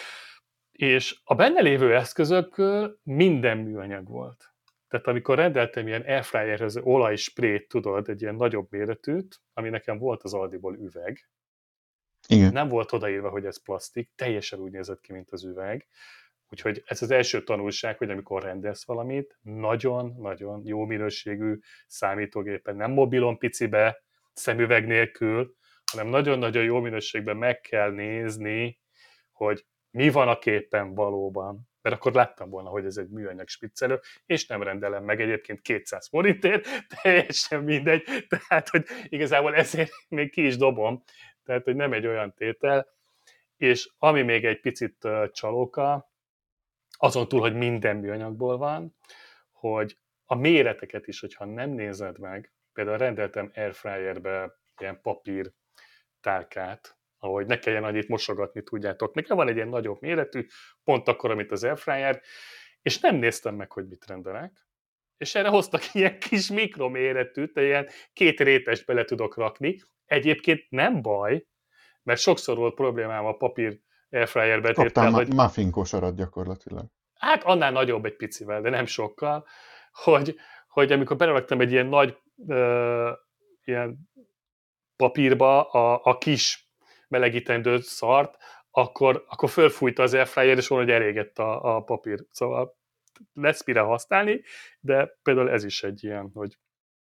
És a benne lévő eszközökből minden műanyag volt. Tehát amikor rendeltem ilyen airfryerhez olajsprét, tudod, egy ilyen nagyobb méretűt, ami nekem volt az Aldiból üveg, igen. nem volt odaírva, hogy ez plastik, teljesen úgy nézett ki, mint az üveg. Úgyhogy ez az első tanulság, hogy amikor rendelsz valamit, nagyon-nagyon jó minőségű számítógépen, nem mobilon picibe, szemüveg nélkül, hanem nagyon-nagyon jó minőségben meg kell nézni, hogy mi van a képen valóban. Mert akkor láttam volna, hogy ez egy műanyag spiccelő, és nem rendelem meg egyébként kétszáz forintért, teljesen mindegy. Tehát, hogy igazából ezért még ki is dobom. Tehát, hogy nem egy olyan tétel. És ami még egy picit csalóka, azon túl, hogy minden műanyagból van, hogy a méreteket is, hogyha nem nézed meg, például rendeltem airfryerbe ilyen papír tálkát, ahogy ne kelljen annyit mosogatni, tudjátok. Nekem van egy ilyen nagyobb méretű, pont akkor, mint az airfryer, és nem néztem meg, hogy mit rendelek. És erre hoztak ilyen kis mikroméretűt, ilyen két rétest bele tudok rakni. Egyébként nem baj, mert sokszor volt problémám a papír airfryer betéttel, Kaptál hogy... muffin kosarat gyakorlatilag. Hát annál nagyobb egy picivel, de nem sokkal, hogy, hogy amikor beleraktam egy ilyen nagy uh, ilyen papírba a, a kis melegítendő szart, akkor, akkor fölfújta az airfryer, és valahogy elégett a, a papír. Szóval lesz mire használni, de például ez is egy ilyen, hogy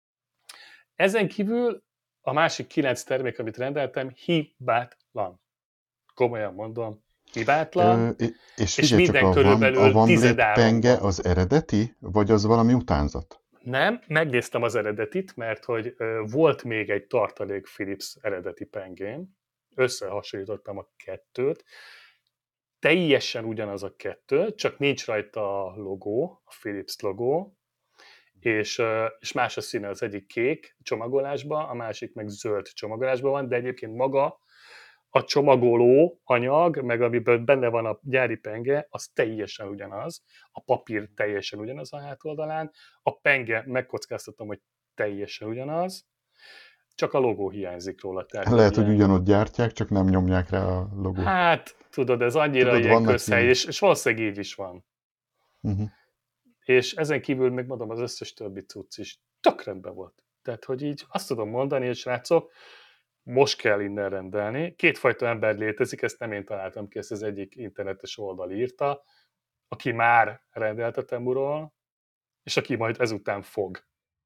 ezen kívül a másik kilenc termék, amit rendeltem, hibátlan. Komolyan mondom, hibátlan, Ö, és, és figyelj, minden csak a körülbelül Van, a Van tized Blade áron penge van. az eredeti, vagy az valami utánzat? Nem, megnéztem az eredetit, mert hogy ö, volt még egy tartalék Philips eredeti pengém, összehasonlítottam a kettőt, teljesen ugyanaz a kettő, csak nincs rajta a logó, a Philips logó, és, ö, és más a színe, az egyik kék csomagolásban, a másik meg zöld csomagolásban van, de egyébként maga a csomagoló anyag, meg amiben benne van a gyári penge, az teljesen ugyanaz, a papír teljesen ugyanaz a hátoldalán, a penge megkockáztatom, hogy teljesen ugyanaz, csak a logó hiányzik róla. Tehát Lehet, hogy ilyen... ugyanott gyártják, csak nem nyomják rá a logót. Hát, tudod, ez annyira Tudod, ilyen vannak közhely, ilyen- és, és valószínűleg így is van. Uh-huh. És ezen kívül még mondom, az összes többi cucc is tök rendben volt. Tehát, hogy így azt tudom mondani, hogy srácok, most kell innen rendelni. Kétfajta ember létezik, ezt nem én találtam ki, ezt az egyik internetes oldal írta, aki már rendelt a Temuról, és aki majd ezután fog.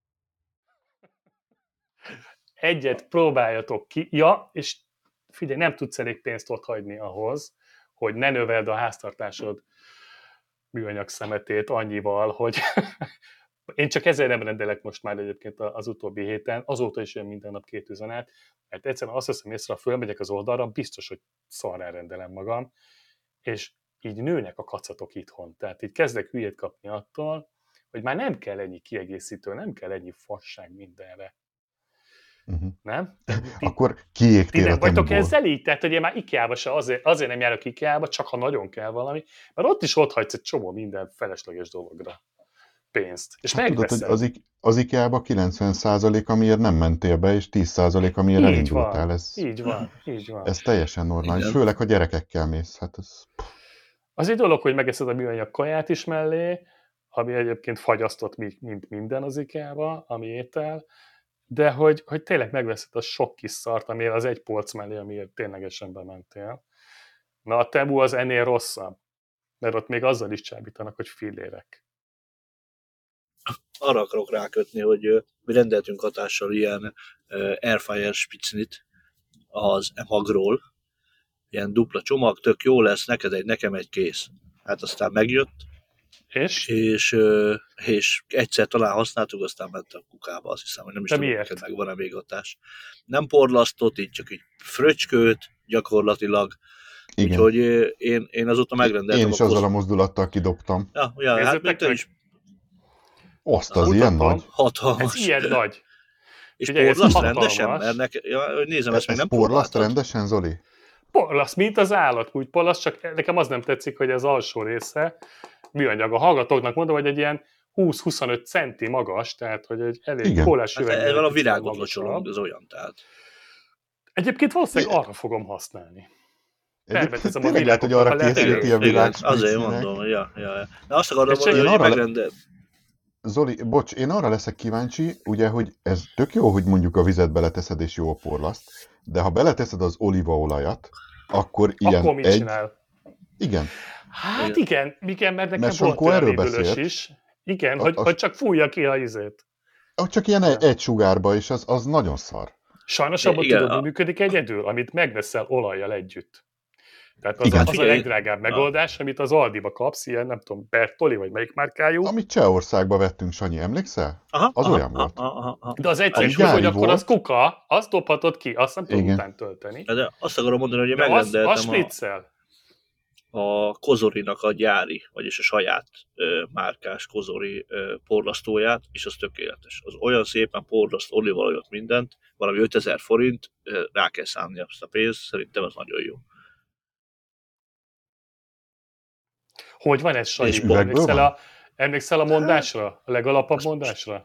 Egyet próbáljatok ki. Ja, és figyelj, nem tudsz elég pénzt ott hagyni ahhoz, hogy ne növeld a háztartásod műanyag szemetét annyival, hogy én csak ezzel nem rendelek most már egyébként az utóbbi héten, azóta is jön minden nap két üzenet, mert egyszerűen azt hiszem észre, ha fölmegyek az oldalra, biztos, hogy szarrá rendelem magam, és így nőnek a kacatok itthon. Tehát így kezdek hülyét kapni attól, hogy már nem kell ennyi kiegészítő, nem kell ennyi fasság mindenre. Uh-huh. Nem? Tehát ti, Akkor ti kiégtél a nem vagytok Temuból. ezzel így? Tehát, hogy én már IKEA-ba se azért, azért nem járok IKEA-ba, csak ha nagyon kell valami, mert ott is ott hagysz egy csomó minden felesleges dologra pénzt. És Hát tudod, hogy megveszed. az, I- az IKEA-ba kilencven százalék, amiért nem mentél be, és tíz százalék, amiért Így elindultál. van, Ez, így van, így van. ez teljesen normális. Igen. Főleg, ha gyerekekkel mész. Hát ez... Az egy dolog, hogy megeszed a műanyag kaját is mellé, ami egyébként fagyasztott, mint minden az IKEA-ba, ami étel, de hogy, hogy tényleg megveszed a sok kis szart, amiért az egy polc mellé, amiért ténylegesen bementél. Na a Temu az ennél rosszabb, mert ott még azzal is csábítanak, hogy fillérek. Arra akarok rákötni, hogy ö, mi rendeltünk hatással ilyen ö, Airfryer Spitznit az Emagról. Ilyen dupla csomag, tök jó lesz, neked egy, nekem egy kész. Hát aztán megjött, És? és, ö, és egyszer talán használtuk, aztán ment a kukába, azt hiszem, hogy nem is De tudom, miért? neked megvan-e még hatás. Nem porlasztott, így csak így fröcskőt gyakorlatilag. Igen. Úgyhogy ö, én, én azóta megrendeltem. Én is a azzal a koz- mozdulattal kidobtam. Ja, ja, hát Nézzétek mint te meg. is Azt az Mutatom. ilyen nagy. hatalmas. Ez ilyen nagy. És Figyelj, ez porlaszt hatalmas. rendesen? Mert nek, ja, hogy nézem, ezt Ez még nem porlaszt próbáltad. rendesen, Zoli? Porlasz, mint az állat, úgy porlasz, csak nekem az nem tetszik, hogy az alsó része műanyag. A hallgatóknak mondom, hogy egy ilyen húsz-huszonöt centi magas, tehát hogy egy elég Igen. kólás Hát üvegnél ez van a picivel virágot magasabb. locsolom, az olyan, tehát. Egyébként valószínűleg arra fogom használni. Egyébként Felveteszem a tényleg lehet, hogy arra virágokat, ha lehet, készült ilyen Igen, világ azért mondom, hogy ja, ja, ja. Na azt akarom És csak mondani, én hogy arra le- megrendel... Zoli, bocs, én arra leszek kíváncsi, ugye, hogy ez tök jó, hogy mondjuk a vizet beleteszed és jó a porlaszt, de ha beleteszed az olívaolajat, akkor ilyen Akkor mit egy... csinál? Igen. Hát igen, igen, mert nekem Mert volt Sankó olyan erről ídülös beszélt. is. Igen, A- hogy, a- hogy csak fújja ki a izét. Csak ilyen Ja. egy, egy sugárba, és az, az nagyon szar. Sajnos I- abban igen, tudod, mi a- működik egyedül, amit megveszel olajjal együtt. Tehát az, Igen. a, Hát az a figyelj, legdrágább a- megoldás, amit az Aldiba kapsz, ilyen nem tudom, Bertoli, vagy melyik márkájú. Amit Csehországba vettünk, Sanyi, emlékszel? Aha, Az aha, olyan aha, volt. aha, aha. De az egyszer Az is is úgy, gyári hogy akkor az volt. kuka, azt dobhatod ki, azt nem tudod Igen. után tölteni. De azt akarom mondani, hogy én De az, az megrendeltem a, spriccel. a Kozorinak a gyári, vagyis a saját ö, márkás Kozori ö, porlasztóját, és az tökéletes. Az olyan szépen porlaszt, olívaolajat, mindent, valami ötezer forint, ö, rá kell szánni azt a pénzt, szerintem az nagyon jó. Hogy van ez, Sanyi? És üvegből Emlékszel van? a, emlékszel a mondásra? A legalapabb mondásra?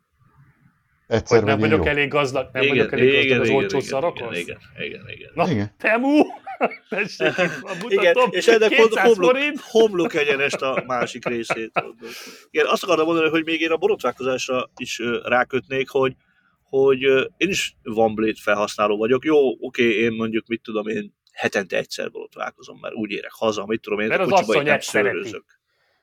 Egyszer Hogy nem vegyél vagyok jó. elég gazdag, nem Igen, vagyok elég igen, gazdag az igen, olcsó igen, szarokhoz? igen, igen, igen. Na, Igen. temú! Tessék, itt van, Igen, mutatom, és ennek pont kétszáz homlok, forint. homlok egyenest a másik részét. Igen, azt akartam mondani, hogy még én a borotválkozásra is ö, rákötnék, hogy, hogy ö, én is Van Blade felhasználó vagyok. Jó, oké, én mondjuk, mit tudom én, hetente egyszer borotválkozom, mert úgy érek haza, mit tudom én, Mert a az kocsiba asszony így nem ezt szereti. szőrözök.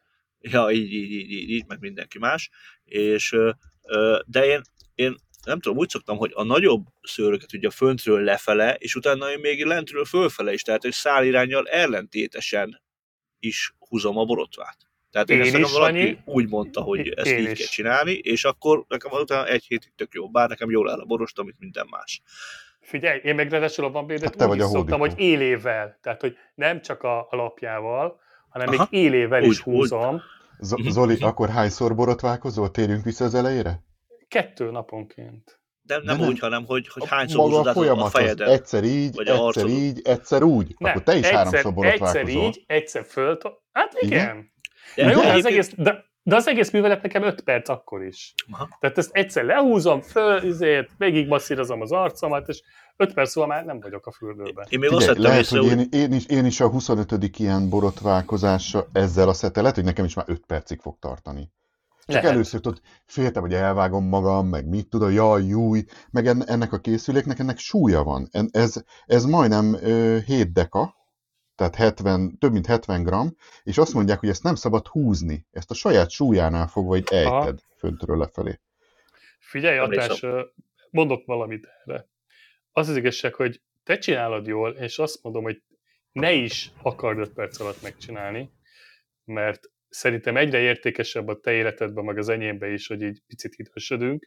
Ja, így, így, így, így, így, meg mindenki más. És, ö, ö, de én, én nem tudom, úgy szoktam, hogy a nagyobb szőröket ugye föntről lefele, és utána én még lentről fölfele is, tehát egy száliránnyal ellentétesen is húzom a borotvát. Tehát én, Én ezt nekem is, valaki Sanyi. úgy mondta, hogy ezt Én így is. kell csinálni, és akkor nekem utána egy hétig tök jó, bár nekem jól áll a borost, amit minden más. Figyelj, én meg ráadásul a Van Blade-et Hát te úgy vagy is a szoktam, hódító. hogy élével. Tehát, hogy nem csak a alapjával, hanem Aha. még élével Úgy, is húzom. Z- Zoli, akkor hányszor borotválkozol? Térjünk vissza az elejére? Kettő naponként. De nem, De nem. úgy, hanem hogy, hogy hányszor Maga húzod a át a, a folyamat az fejeden. egyszer így, vagy a egyszer arcodon. így, egyszer úgy. Nem, Akkor te is egyszer, háromszor egyszer borotválkozol. így, egyszer föl. Hát igen. Igen? De Na jó, de az, egyébként- egész, de, de az egész művelet nekem öt perc akkor is. Aha. Tehát ezt egyszer lehúzom, föl, izért, végig masszírozom az arcomat, és öt perc múlva már nem vagyok a fürdőben. Én még azt Figyelj, vettem lehet, észre, hogy hogy én, én, is, én is a huszonötödik ilyen borotválkozással ezzel a szettel, lehet, hogy nekem is már öt percig fog tartani. Csak Lehet. először tudod, féltem, hogy elvágom magam, meg mit tudom, jaj, júj, meg en- ennek a készüléknek ennek súlya van. En- Ez, ez majdnem ö, hét deka, tehát hetven, több mint hetven gram, és azt mondják, hogy ezt nem szabad húzni. Ezt a saját súlyánál fogva így ejted föntről lefelé. Figyelj, Emlékszem. Atás, ö, mondok valamit erre. Az az igazság, hogy te csinálod jól, és azt mondom, hogy ne is akard öt perc alatt megcsinálni, mert szerintem egyre értékesebb a te életedben, meg az enyémben is, hogy így picit idősödünk,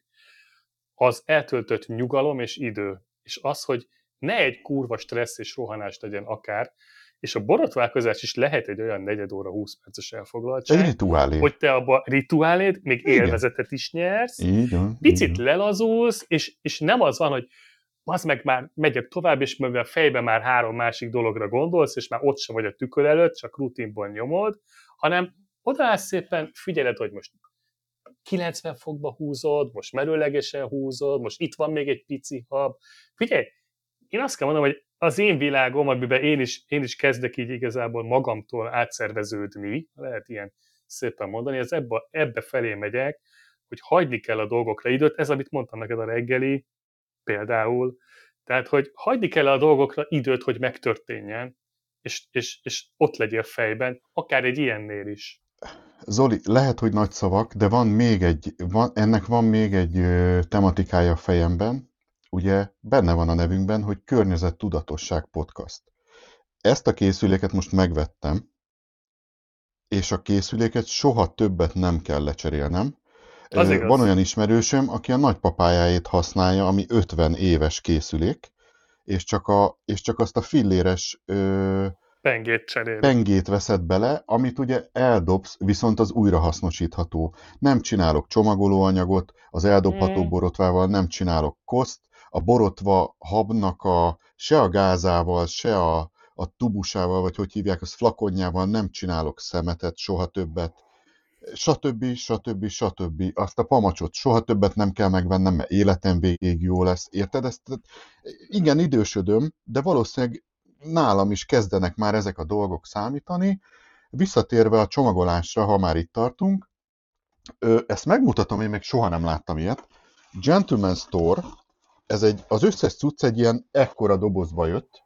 az eltöltött nyugalom és idő. És az, hogy ne egy kurva stressz és rohanás legyen akár, és a borotválkozás is lehet egy olyan negyed óra, húsz perces Egy elfoglaltság, rituálé. hogy te abba rituáléd, még Igen. élvezetet is nyersz, Így van. picit így van. lelazulsz, és, és nem az van, hogy az meg már megyek tovább, és mivel a fejben már három másik dologra gondolsz, és már ott sem vagy a tükör előtt, csak rutinban nyomod, hanem odaállsz szépen, figyeled, hogy most kilencven fokba húzod, most merőlegesen húzod, most itt van még egy pici hab. Figyelj, én azt kell mondanom, hogy az én világom, amiben én is, én is kezdek így igazából magamtól átszerveződni, lehet ilyen szépen mondani, ez ebbe, ebbe felé megyek, hogy hagyni kell a dolgokra időt, ez, amit mondtam neked a reggeli, például, tehát, hogy hagyni kell a dolgokra időt, hogy megtörténjen, és, és, és ott legyél fejben, akár egy ilyennél is. Zoli, lehet, hogy nagy szavak, de van még egy, van, ennek van még egy ö, tematikája a fejemben. Ugye benne van a nevünkben, hogy Környezettudatosság Podcast. Ezt a készüléket most megvettem, és a készüléket soha többet nem kell lecserélnem. Az Ö, igaz. Van olyan ismerősöm, aki a nagypapájáét használja, ami ötven éves készülék, és csak, a, és csak azt a filléres ö, Pengét cserél. pengét veszed bele, amit ugye eldobsz, viszont az újrahasznosítható. Nem csinálok csomagolóanyagot, az eldobható Mm. borotvával nem csinálok koszt, a borotva habnak a, se a gázával, se a, a tubusával, vagy hogy hívják, az flakonjával nem csinálok szemetet soha többet, stb. stb. stb. Azt a pamacsot soha többet nem kell megvennem, mert életem végéig jó lesz. Érted? Ezt, igen, idősödöm, de valószínűleg nálam is kezdenek már ezek a dolgok számítani. Visszatérve a csomagolásra, ha már itt tartunk, ö, ezt megmutatom, én még soha nem láttam ilyet. Gentleman Store, ez egy, az összes cucc egy ilyen ekkora dobozba jött,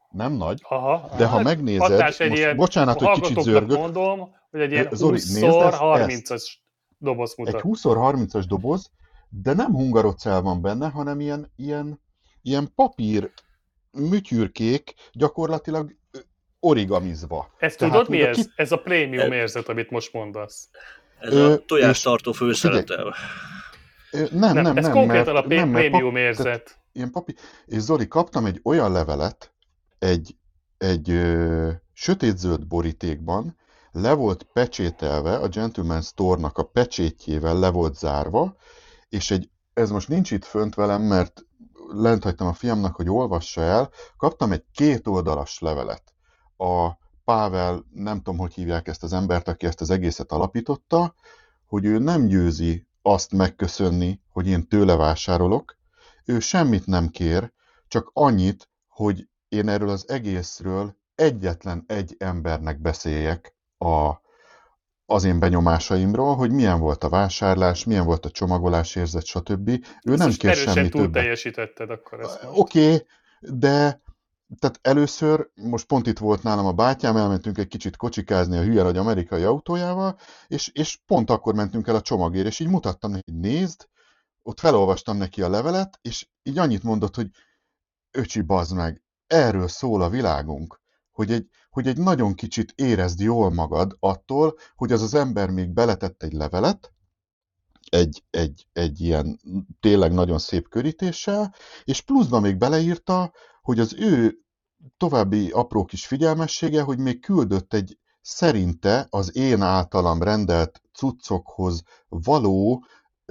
nem nagy, Aha, de ha hát megnézed, hatás egy most ilyen, bocsánat, a hogy kicsit hallgatóknak zörgök, mondom, hogy egy ilyen Zoli, nézd húsz ezt, harmincas doboz egy mutat. húsz harmincas doboz, de nem hungarocell van benne, hanem ilyen, ilyen, ilyen papír műtyürkék, gyakorlatilag origamizva. Ezt Tehát, tudod mi még a ez? kit- Ez a prémium E- érzet, amit most mondasz. Ez Ö, a tojástartó és főszeretel. Ö, Nem, Nem, nem, ez nem, konkrétan mert, a pé- nem, mert prémium pap, tehát érzet. ilyen papír. És Zoli, kaptam egy olyan levelet, egy, egy ö, sötétzöld borítékban, le volt pecsételve, a Gentleman Store-nak a pecsétjével le volt zárva, és egy, ez most nincs itt fönt velem, mert lent hagytam a fiamnak, hogy olvassa el, kaptam egy kétoldalas levelet. A Pável, nem tudom, hogy hívják ezt az embert, aki ezt az egészet alapította, hogy ő nem győzi azt megköszönni, hogy én tőle vásárolok, ő semmit nem kér, csak annyit, hogy én erről az egészről egyetlen egy embernek beszéljek a, az én benyomásaimról, hogy milyen volt a vásárlás, milyen volt a csomagolás érzet, stb. Ő nem kér semmi Erősen túl többet. teljesítetted akkor ezt most. Oké, okay, de tehát először, most pont itt volt nálam a bátyám, elmentünk egy kicsit kocsikázni a hülye nagy amerikai autójával, és, és pont akkor mentünk el a csomagért, és így mutattam neki, nézd, ott felolvastam neki a levelet, és így annyit mondott, hogy öcsi, bazd meg, erről szól a világunk, hogy egy, hogy egy nagyon kicsit érezd jól magad attól, hogy az az ember még beletett egy levelet, egy, egy, egy ilyen tényleg nagyon szép körítéssel, és pluszban még beleírta, hogy az ő további apró kis figyelmessége, hogy még küldött egy szerinte az én általam rendelt cuccokhoz való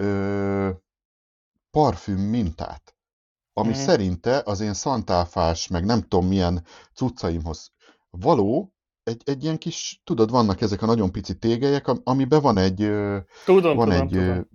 ö, parfüm mintát, ami Mhm. szerinte az én szantáfás, meg nem tudom milyen cuccaimhoz való, egy, egy ilyen kis, tudod, vannak ezek a nagyon pici tégelyek, am- amiben van egy, ö, Tudom, van tudom, egy, ö, tudom.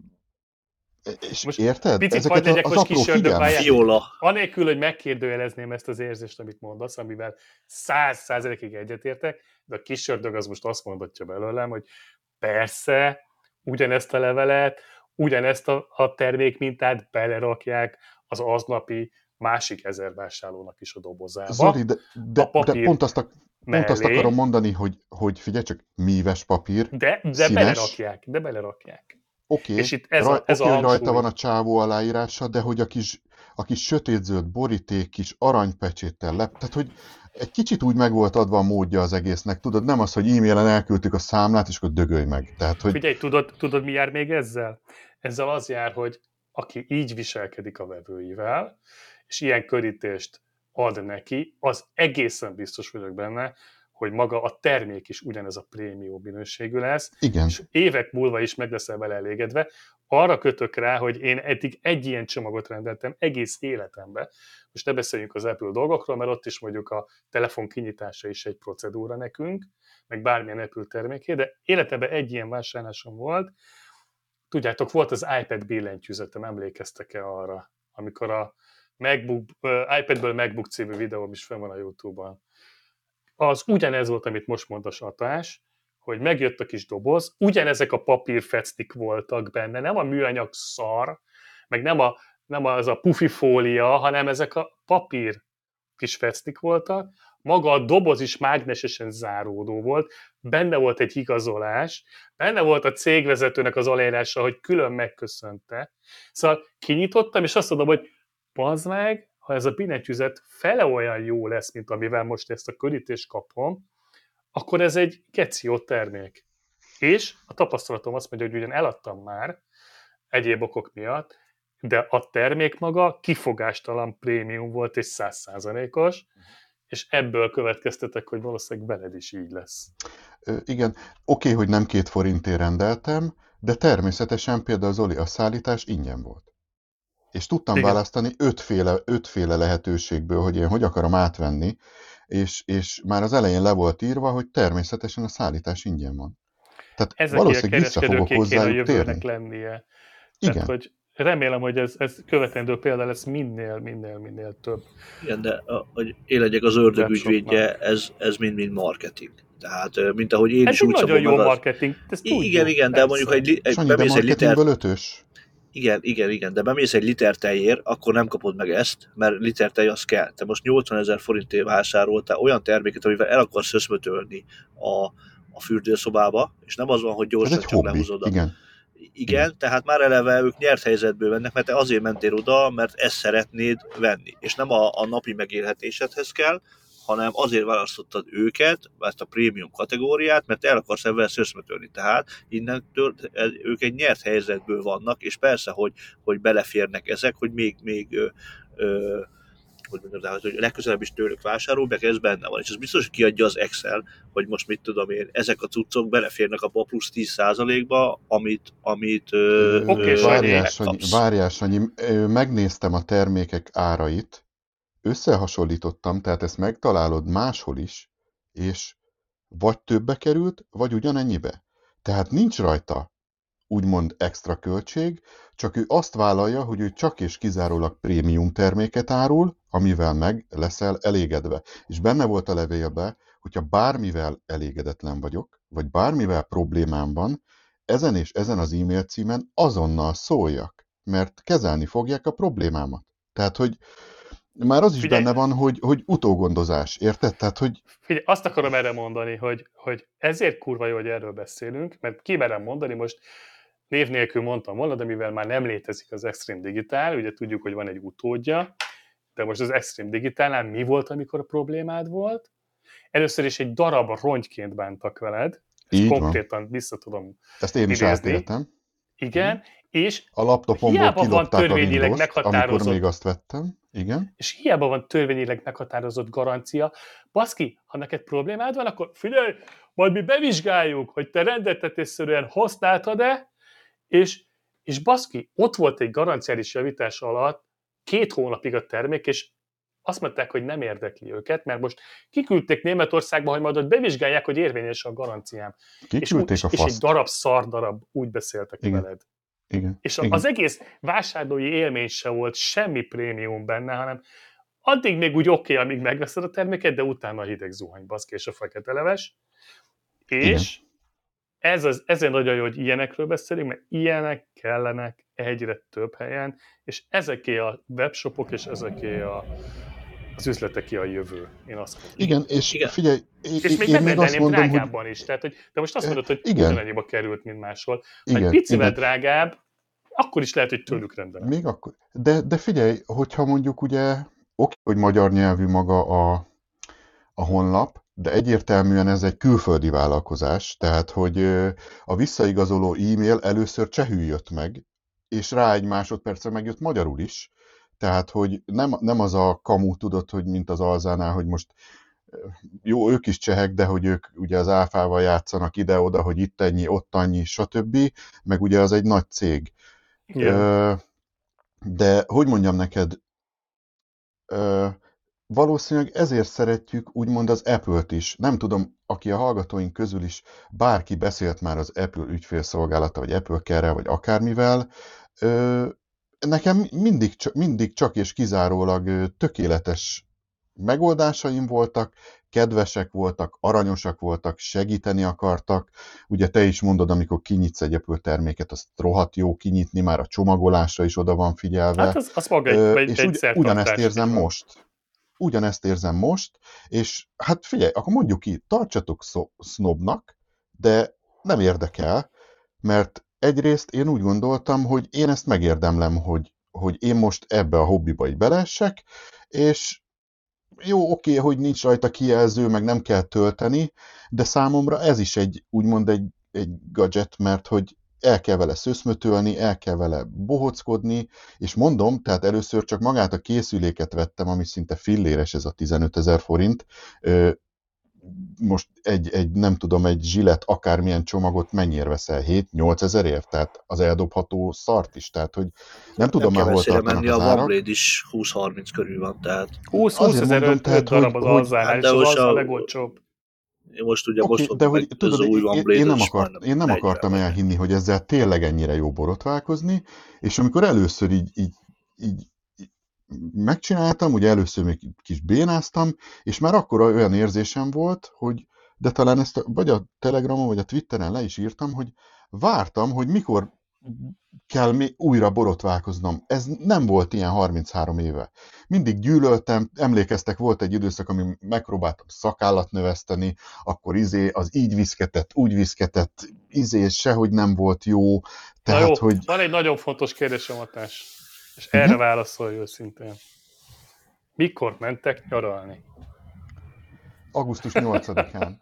és Most érted? picit Ezeket hagyd legyek az most apró kis ördög figyelmes. pályán. Viola. Anélkül, hogy megkérdőjelezném ezt az érzést, amit mondasz, amivel száz százalékig egyetértek, de a kis ördög az most azt mondatja belőlem, hogy persze, ugyanezt a levelet, ugyanezt a, a termékmintát belerakják az aznapi másik ezer vásárlónak is a dobozába. Zoli, de, A de, de papír pont, azt, a, pont azt mellé. akarom mondani, hogy, hogy figyelj csak, míves papír, De, de színes. belerakják, de belerakják. Oké, És itt ez a, raj, ez oké, a hogy rajta hangsúly. van a csávó aláírása, de hogy a kis, a kis sötétzöld boríték, kis aranypecséttel lep, tehát hogy egy kicsit úgy meg volt adva a módja az egésznek, tudod, nem az, hogy e-mailen elküldtük a számlát, és akkor dögölj meg. Tehát, hogy Figyelj, tudod, tudod, mi jár még ezzel? Ezzel az jár, hogy aki így viselkedik a vevőivel, és ilyen körítést ad neki, az egészen biztos vagyok benne, hogy maga a termék is ugyanez a prémium minőségű lesz, igen, és évek múlva is meg leszel vele elégedve. Arra kötök rá, hogy én eddig egy ilyen csomagot rendeltem egész életemben. Most ne beszéljünk az Apple dolgokról, mert ott is mondjuk a telefon kinyitása is egy procedúra nekünk, meg bármilyen Apple terméké, de életemben egy ilyen vásárlásom volt. Tudjátok, volt az iPad billentyűzetem, emlékeztek-e arra, amikor a MacBook, uh, iPadből MacBook című videóm is fenn van a YouTube-on. Az ugyanez volt, amit most mond a Satás, hogy megjött a kis doboz, ugyanezek a papírfecnik voltak benne, nem a műanyag szar, meg nem, a, nem az a pufi fólia, hanem ezek a papír kis fecnik voltak, maga a doboz is mágnesesen záródó volt, benne volt egy igazolás, benne volt a cégvezetőnek az aláírása, hogy külön megköszönte. Szóval kinyitottam, és azt mondom, hogy bazd meg, ha ez a billentyűzet fele olyan jó lesz, mint amivel most ezt a körítést kapom, akkor ez egy geci jó termék. És a tapasztalatom azt mondja, hogy ugyan eladtam már egyéb okok miatt, de a termék maga kifogástalan prémium volt és száz százalékos, és ebből következtetek, hogy valószínűleg veled is így lesz. Ö, igen, oké, hogy nem két forintért rendeltem, de természetesen például Zoli, a szállítás ingyen volt. És tudtam Igen. választani ötféle, ötféle lehetőségből, hogy én hogy akarom átvenni, és, és már az elején le volt írva, hogy természetesen a szállítás ingyen van. Tehát Ezek a valószínűleg vissza fogok kereskedőké kéne a hozzájuk jövőnek térni. lennie. Igen. Tehát, hogy remélem, hogy ez, ez követendő példa lesz minél, minél, minél több. Igen, de a- hogy én legyek az ördög Webshopnak. ügyvédje, ez, ez mind-mind marketing. Tehát, ö, mint ahogy én Ez is egy úgy nagyon szabom jó meg az... marketing, ezt I- tudjuk. Igen, igen, de persze. mondjuk egy, li- egy Sanyi, de bemész egy liter... marketingből ötös. Igen, igen, igen, de bemész egy liter tejért, akkor nem kapod meg ezt, mert liter tej az kell. Te most nyolcvanezer forintért vásároltál olyan terméket, amivel el akarsz összmötölni a, a fürdőszobába, és nem az van, hogy Ez gyorsan egy csak hobbi, lehúzod a... igen. Igen, Igen. tehát már eleve ők nyert helyzetből vennek, mert te azért mentél oda, mert ezt szeretnéd venni. És nem a, a napi megélhetésedhez kell, hanem azért választottad őket, ezt a prémium kategóriát, mert el akarsz ebben összmetölni. Tehát innentől ők egy nyert helyzetből vannak, és persze, hogy, hogy beleférnek ezek, hogy még, még ö, ö, hogy mondjam, de, hogy legközelebb is tőlük vásárol, meg ez benne van. És ez biztos, hogy kiadja az Excel, hogy most mit tudom én, ezek a cuccok beleférnek abba a plusz tíz százalékba, amit, amit ö, Oké, ö, Várjál, Sanyi, megkapsz. várjál, Sanyi, ö, megnéztem a termékek árait, összehasonlítottam, tehát ezt megtalálod máshol is, és vagy többe került, vagy ugyanennyibe. Tehát nincs rajta úgymond extra költség, csak ő azt vállalja, hogy ő csak és kizárólag prémium terméket árul, amivel meg leszel elégedve. És benne volt a levélbe, hogyha bármivel elégedetlen vagyok, vagy bármivel problémám van, ezen és ezen az e-mail címen azonnal szóljak, mert kezelni fogják a problémámat. Tehát, hogy már az is Figyelj, benne van, hogy, hogy utógondozás, érted? Tehát, hogy figyelj, azt akarom erre mondani, hogy, hogy ezért kurva jó, hogy erről beszélünk, mert kimerem mondani, most név nélkül mondtam volna, de mivel már nem létezik az Extreme Digital, ugye tudjuk, hogy van egy utódja, de most az Extreme Digitálnál mi volt, amikor a problémád volt? Először is egy darab rongyként bántak veled, ezt így van. konkrétan vissza tudom Ezt én is idézni. átéltem. Igen, és A laptopomból hiába van kilopták a törvényileg Windows-t, amikor meghatározott, még azt vettem. Igen. és hiába van törvényileg meghatározott garancia, baszki, ha neked problémád van, akkor figyelj, majd mi bevizsgáljuk, hogy te rendeltetésszerűen használtad-e, és, és baszki, ott volt egy garanciális javítás alatt két hónapig a termék, és azt mondták, hogy nem érdekli őket, mert most kiküldték Németországba, hogy majd ott bevizsgálják, hogy érvényes a garanciám. Kiküldték és, a és egy faszt. darab szar darab úgy beszéltek Igen. veled. Igen. És Igen. az egész vásárlói élmény se volt semmi prémium benne, hanem addig még úgy oké, okay, amíg megveszed a terméket, de utána a hideg zuhany, baszki, és a fekete leves. És ez az, ezért nagyon jó, hogy ilyenekről beszélünk, mert ilyenek kellenek egyre több helyen, és ezeké a webshopok, és ezeké a, az üzleteké a jövő. Én azt mondom. Igen, és Igen. figyelj, És még én még azt megrendelném mondom, hogy drágábban is. Tehát, hogy, de most azt mondod, hogy igen. ugyanannyiba került, mint máshol. Ha Igen, egy picivel igen. drágább, akkor is lehet, hogy tőlük rendelem. Még akkor. De, de figyelj, hogyha mondjuk ugye, oké, hogy magyar nyelvű maga a, a honlap, de egyértelműen ez egy külföldi vállalkozás, tehát hogy ö, a visszaigazoló e-mail először csehül jött meg, és rá egy másodpercre megjött magyarul is. Tehát, hogy nem, nem az a kamu, tudod, hogy mint az Alzánál, hogy most ö, jó, ők is csehek, de hogy ők ugye az áfával játszanak ide-oda, hogy itt ennyi, ott annyi, stb. Meg ugye az egy nagy cég. Igen. Ö, de hogy mondjam neked, ö, valószínűleg ezért szeretjük úgymond az Apple-t is. Nem tudom, aki a hallgatóink közül is bárki beszélt már az Apple ügyfélszolgálata, vagy Apple Care-rel, vagy akármivel. Ö, nekem mindig, csak- mindig csak és kizárólag ö, tökéletes megoldásaim voltak, kedvesek voltak, aranyosak voltak, segíteni akartak. Ugye te is mondod, amikor kinyitsz egy Apple terméket, azt rohadt jó kinyitni, már a csomagolásra is oda van figyelve. Hát az, az maga egy, Ö, egy, és egy ugy, szertartás, ugyanezt érzem így van. most. Ugyanezt érzem most, és hát figyelj, akkor mondjuk ki, tartsatok szó- sznobnak, de nem érdekel, mert egyrészt én úgy gondoltam, hogy én ezt megérdemlem, hogy, hogy én most ebbe a hobbiba így beleessek, és jó, oké, hogy nincs rajta kijelző, meg nem kell tölteni, de számomra ez is egy, úgymond egy, egy gadget, mert hogy el kell vele szöszmötölni, el kell vele bohockodni, és mondom, tehát először csak magát a készüléket vettem, ami szinte filléres, ez a tizenötezer forint. Ö, most egy, egy, nem tudom, egy zsillet akármilyen csomagot mennyire veszel? hét-nyolc ezerért? Tehát az eldobható szart is, tehát hogy nem tudom Nem már hol kell messzire tartanak menni, az a árak. OneBlade is húsz-harminc körül van, tehát húsz-húsz Azért ezer mondom, öt, tehát, öt darab hogy- az hogy- Alzánál, Hát és de az most Alza a a- legolcsóbb. én most ugye Oké, bosztottam de meg, hogy ez tudod, az új én, OneBlade, én, nem az is akart, majdnem én nem negyven akartam vagy. elhinni, hogy ezzel tényleg ennyire jó borotvákozni, és amikor először így, így, így, így megcsináltam, ugye először még kis bénáztam, és már akkor olyan érzésem volt, hogy de talán ezt a, vagy a Telegramon, vagy a Twitteren le is írtam, hogy vártam, hogy mikor kell mi újra borotválkoznom. Ez nem volt ilyen harminchárom éve. Mindig gyűlöltem, emlékeztek, volt egy időszak, ami megpróbáltam szakállat növeszteni, akkor izé, az így viszketett, úgy viszketett, izé, sehogy nem volt jó. Tehát, Na jó, hogy... van egy nagyon fontos kérdésem, Matás, és Igen? erre válaszolj őszintén. Mikor mentek nyaralni? augusztus nyolcadikán.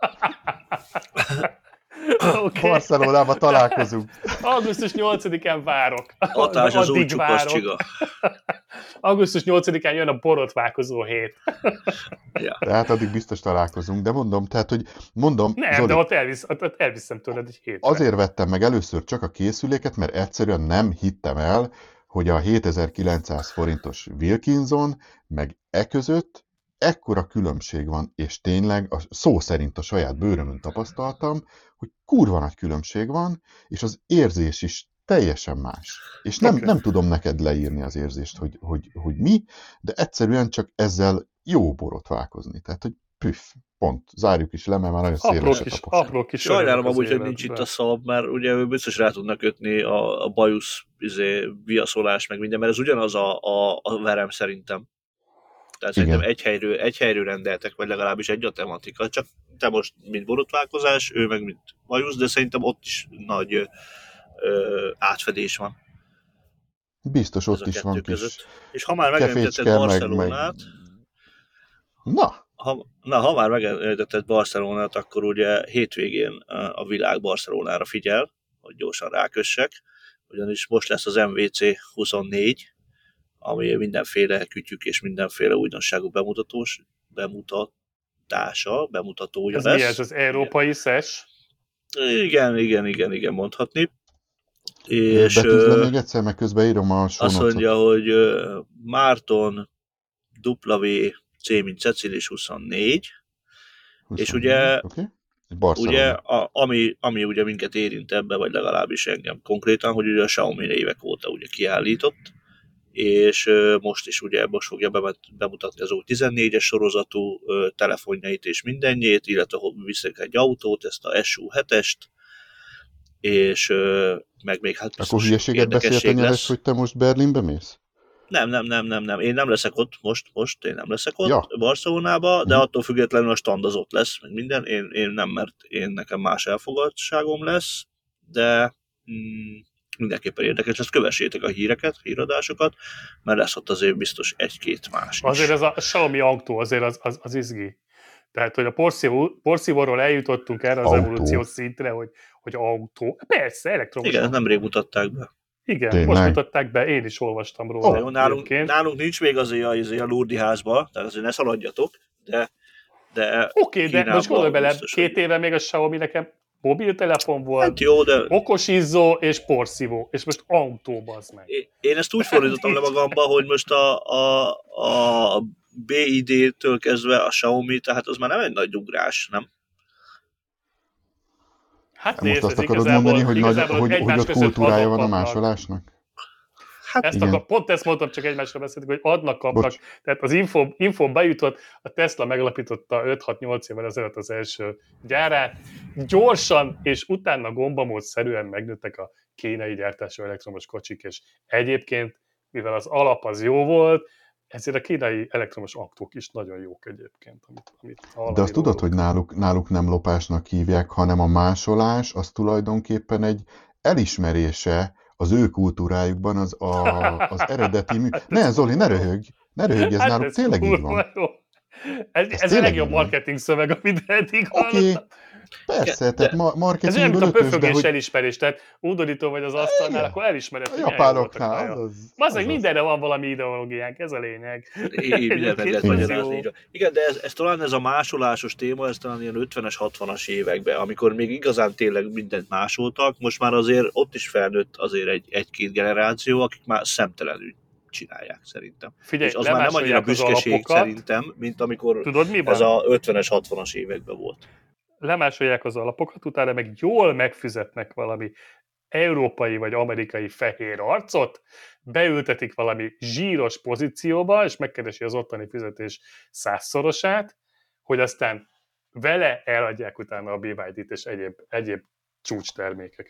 Okay. Barcelonában találkozunk. augusztus nyolcadikán várok. Hatás az Addig úgy csupasz csiga. augusztus nyolcadikán jön a borotválkozó hét. Ja. Tehát addig biztos találkozunk, de mondom, tehát, hogy mondom, Nem, Zoli, de ott, elvisz, ott elviszem tőled egy hétre. azért vettem meg először csak a készüléket, mert egyszerűen nem hittem el, hogy a hétezer-kilencszáz forintos Wilkinson, meg e között ekkora különbség van, és tényleg a szó szerint a saját bőrömön tapasztaltam, hogy kurva nagy különbség van, és az érzés is teljesen más. És nem, Okay. nem tudom neked leírni az érzést, hogy, hogy, hogy mi, de egyszerűen csak ezzel jó borotválkozni. Tehát, hogy püff, pont, zárjuk is le, mert már nagyon Apró széles a kis, tapas. apró kis Sajnálom örömök az amúgy, hogy nincs életben. itt a szalab, mert ugye ő biztos rá tudna kötni a, a bajusz izé, viaszolás, meg minden, mert ez ugyanaz a, a, a verem szerintem. Tehát Igen. szerintem egy helyről, egy helyről rendeltek, vagy legalábbis egy a tematika. Csak te most mint borotválkozás, ő meg mint bajusz, de szerintem ott is nagy ö, ö, átfedés van. Biztos Ez ott a is kettő van között. kis És ha már megemlítetted kefécske, meg, meg... Barcelonát, Na, ha, na, ha már megemlítetted Barcelonát, akkor ugye hétvégén a világ Barcelonára figyel, hogy gyorsan rákössek, ugyanis most lesz az em vé cé huszonnégy, ami mindenféle kütyük és mindenféle újdonságú bemutatós, bemutatása, bemutatója Ez lesz. mi ez, az európai szes? Igen, igen, igen, igen, mondhatni. És betűzd le ö, még egyszer, meg közben írom a show azt notes-ot. mondja, hogy ö, Márton W C, mint Cecilis huszonnégy, és ugye, okay. ugye a, ami, ami ugye minket érint ebbe, vagy legalábbis engem konkrétan, hogy ugye a Xiaomi évek óta ugye kiállított, és ö, most is ugye most fogja bemet- bemutatni az új tizennégyes sorozatú ö, telefonjait és mindennyét, illetve visznek egy autót, ezt a S U hetest, és ö, meg még hát biztos Akkor hülyeséget beszélt a érdekesség nyeres, lesz. hogy te most Berlinbe mész? Nem, nem, nem, nem, nem. Én nem leszek ott most, most én nem leszek ott Ja. Barcelonába, de Mhm. attól függetlenül a stand az ott lesz, meg minden. Én, én nem, mert én nekem más elfogadtságom lesz, de mm, mindenképpen érdekes lesz. Kövessétek a híreket, híradásokat, mert lesz ott azért biztos egy-két más is. Azért ez a Xiaomi autó, azért az, az, az izgi. Tehát, hogy a porszívó, porszívóról eljutottunk erre az Autó. evolúciós szintre, hogy, hogy autó. Persze, elektromos Igen, autó. nemrég mutatták be. Igen, Tényleg? most mutatták be, én is olvastam róla. Ó, De jó, nálunk, egyébként. nálunk nincs még azért a, azért a Lurdi házba, tehát azért ne szaladjatok, de, de Oké, de Kínában most gondolj bele, biztos, két hogy- éve még a Xiaomi nekem mobiltelefon volt, hát jó, de okos izzó és porszívó, és most autó, bazd meg. Én- Én ezt úgy fordítottam le magamba, hogy most a, a, a bé i dé-től kezdve a Xiaomi, tehát az már nem egy nagy ugrás, nem? Hát Most nézd, azt ez akarod igazából, mondani, hogy, nagy, igazából hogy, egymás hogy ott között kultúrája van a adnak-kapnak. másolásnak? Hát Ezt Igen. akar, pont ezt mondtam, csak egymásra beszéltük, hogy adnak-kapnak. Bocs. Tehát az info, info bejutott, a Tesla megalapította öt-hat-nyolc évvel ezelőtt az első gyárát. Gyorsan és utána gombamódszerűen megnőttek a kínai gyártású elektromos kocsik, és egyébként, mivel az alap az jó volt, ezért a kínai elektromos autók is nagyon jók egyébként. Amit, amit hallani De azt tudod, róluk. hogy náluk, náluk nem lopásnak hívják, hanem a másolás az tulajdonképpen egy elismerése az ő kultúrájukban az, a, az eredeti mű... Ne, Zoli, ne röhögj! Ne röhögj, ez Hát náluk ez tényleg így kurva van. jó. Ez, Ez ez a tényleg legjobb így van. marketing szöveg, amit eddig Oké, hallottam. persze, De- tehát ma- Ez olyan, marketingből mint a ötös, de pöfögés hogy elismerés, tehát undorító vagy az asztalnál, Igen. akkor elismered, a hogy milyen jó voltak japánoknál rajta. az, Mazeg, az, az. mindenre van valami ideológiánk, ez a lényeg. Így mindent meg lehet Egyébként magyarázni. jó. így van. Igen, de ez, ez talán ez a másolásos téma, ez talán ilyen ötvenes, hatvanas években, amikor még igazán tényleg mindent másoltak, most már azért ott is felnőtt azért egy, egy-két generáció, akik már szemtelenül csinálják szerintem. Figyelj, És az már nem annyira lemásolják az büszkeség alapokat. szerintem, mint amikor Tudod mi van? ez a ötvenes, hatvanas években volt. Lemásolják az alapokat, utána meg jól megfizetnek valami európai vagy amerikai fehér arcot, beültetik valami zsíros pozícióba, és megkeresi az ottani fizetés százszorosát, hogy aztán vele eladják utána a bé vé dé-t és egyéb, egyéb csúcstermékeket.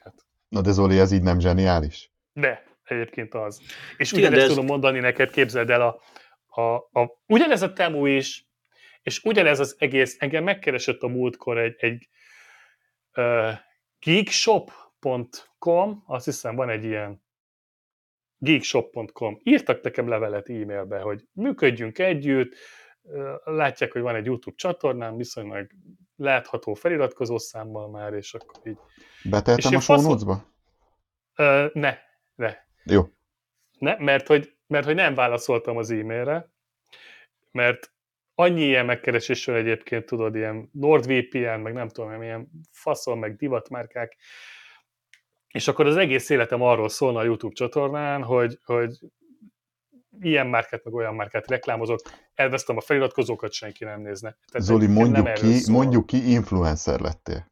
Na de Zoli, ez így nem zseniális? De, egyébként az. És Igen, ugyanezt ez... tudom mondani neked, képzeld el, a, a, a, ugyanez a Temu is, és ugyanez az egész, engem megkeresett a múltkor egy, egy uh, geekshop pont com, azt hiszem van egy ilyen geekshop pont com. Írtak nekem levelet e-mailbe, hogy működjünk együtt, látják, hogy van egy YouTube csatornám, viszonylag látható feliratkozó számmal már, és akkor így... Beteltem a show notes-ba? Uh, ne, ne. Jó. Ne, mert hogy, mert hogy nem válaszoltam az e-mailre, mert annyi ilyen megkeresésről egyébként, tudod, ilyen NordVPN, meg nem tudom, ilyen faszol, meg divatmárkák, és akkor az egész életem arról szólna a YouTube csatornán, hogy, hogy ilyen márkát, meg olyan márkát reklámozok, elvesztem a feliratkozókat, senki nem nézne. Tehát Zoli, mondjuk nem ki, mondjuk ki, influencer lettél.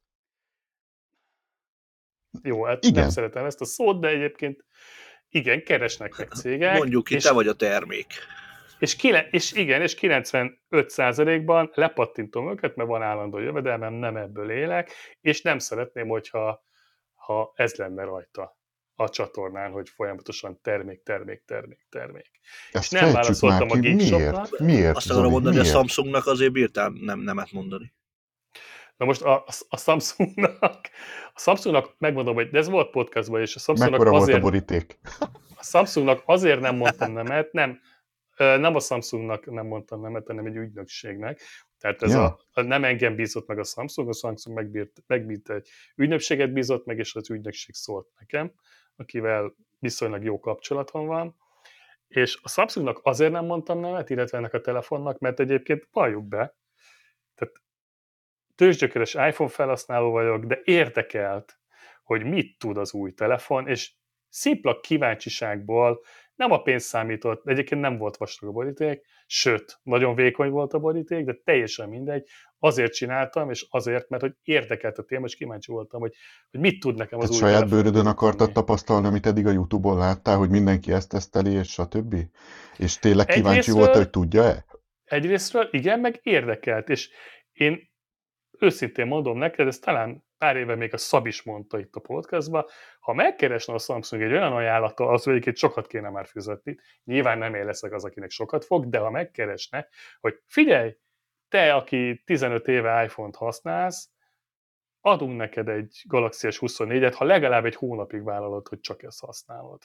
Jó, hát igen. Nem szeretem ezt a szót, de egyébként igen, keresnek meg cégek. Mondjuk ki, és, te vagy a termék. És, kile, és igen, és kilencvenöt százalékban lepattintom őket, mert van állandó jövedelmem, nem ebből élek, és nem szeretném, hogyha ha ez lenne rajta a csatornán, hogy folyamatosan termék, termék, termék, termék. Ezt és nem válaszoltam a Geekshopnak. Miért? Miért? Azt akarom mondani, miért? hogy a Samsungnak azért bírtál nem, nemet mondani. Na most a, a Samsungnak, a Samsungnak megmondom, hogy de ez volt podcastban, és a Samsungnak Mekkora azért, volt a boríték? A Samsungnak azért nem mondtam nemet, nem, nem a Samsungnak nem mondtam nemet, hanem egy ügynökségnek. Tehát ez ja. a, nem engem bízott meg a Samsung, a Samsung megbírt, megbírt egy ügynökséget bízott meg, és az ügynökség szólt nekem, akivel viszonylag jó kapcsolatom van. És a Samsungnak azért nem mondtam nemet, illetve ennek a telefonnak, mert egyébként valljuk be, tehát tőzsgyökeres iPhone felhasználó vagyok, de érdekelt, hogy mit tud az új telefon, és szimpla kíváncsiságból nem a pénz számított, egyébként nem volt vastag a boríték, sőt, nagyon vékony volt a boríték, de teljesen mindegy, azért csináltam, és azért, mert hogy érdekelt a téma, és kíváncsi voltam, hogy, hogy mit tud nekem az Tehát új saját telefon. bőrödön akartad tapasztalni, amit eddig a YouTube-on láttál, hogy mindenki ezt teszteli, és stb. És tényleg kíváncsi Egyrésztről, volt, hogy tudja-e? Egyrésztről igen, meg érdekelt, és én őszintén mondom neked, ez talán pár éve még a Szab is mondta itt a podcastban, ha megkeresne a Samsung egy olyan ajánlattal, az egyébként sokat kéne már fizetni, nyilván nem én leszek az, akinek sokat fog, de ha megkeresne, hogy figyelj, te, aki tizenöt éve iPhone-t használsz, adunk neked egy Galaxy S huszonnégyet, ha legalább egy hónapig vállalod, hogy csak ezt használod.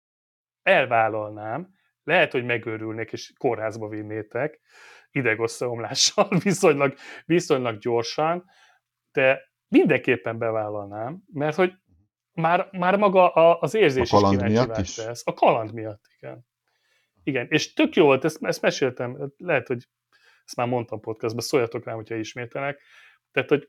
Elvállalnám, lehet, hogy megőrülnék, és kórházba vinnétek, idegösszeomlással viszonylag, viszonylag gyorsan, de mindenképpen bevállalnám, mert hogy már, már maga az érzés a kaland is miatt is? tesz. A kaland miatt, igen. Igen, és tök jó volt, ezt, ezt meséltem, lehet, hogy ezt már mondtam podcastban, szóljatok rám, hogyha ismételnek. Tehát, hogy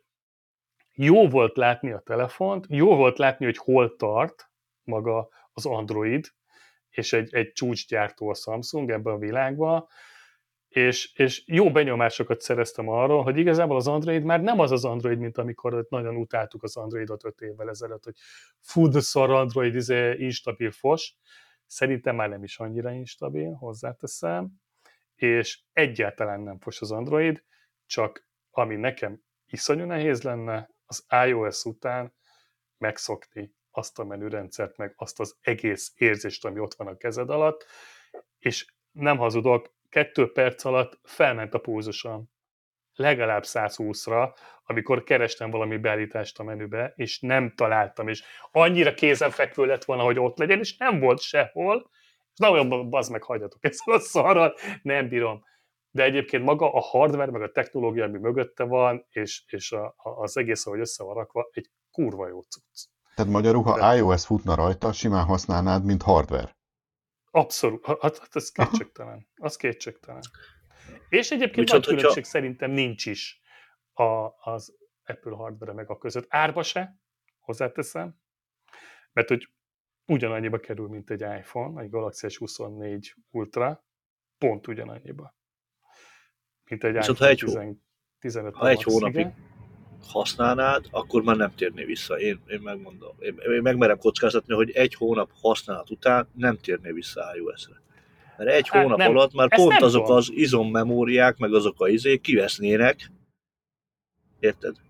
jó volt látni a telefont, jó volt látni, hogy hol tart maga az Android, és egy, egy csúcsgyártó a Samsung ebben a világban, és, és jó benyomásokat szereztem arról, hogy igazából az Android már nem az az Android, mint amikor nagyon utáltuk az Androidot öt évvel ezelőtt, hogy fú, de szar Android, izé, instabil fos. Szerintem már nem is annyira instabil, hozzáteszem, és egyáltalán nem fos az Android, csak ami nekem iszonyú nehéz lenne, az iOS után megszokni azt a menürendszert, meg azt az egész érzést, ami ott van a kezed alatt, és nem hazudok, kettő perc alatt felment a pulzusom. Legalább száz húszra, amikor kerestem valami beállítást a menübe, és nem találtam, és annyira kézenfekvő lett volna, hogy ott legyen, és nem volt sehol, és na olyan, bazd meg, hagyjatok ezzel a szarral, nem bírom. De egyébként maga a hardware, meg a technológia, ami mögötte van, és, és a, a, az egész, ahogy össze van rakva, egy kurva jó cucc. Tehát magyarul, ha De... iOS futna rajta, simán használnád, mint hardware. Abszolút, hát, hát ez kétségtelen. Az kétségtelen. És egyébként Viszont, nagy különbség hogyha... szerintem nincs is a, az Apple hardware meg a között. Árba se, hozzáteszem, mert hogy ugyanannyiba kerül, mint egy iPhone, egy Galaxy S huszonnégy Ultra, pont ugyanannyiba. Mint egy Viszont iPhone ha egy, tíz, tizenöt ha egy hónapig igen. használnád, akkor már nem térné vissza. Én, én megmondom. Én, én megmerem kockáztatni, hogy egy hónap használat után nem térné vissza iOS-re. Mert egy Hát hónap nem, alatt már pont azok tudom. az izommemóriák, meg azok a izék kivesznének. Érted?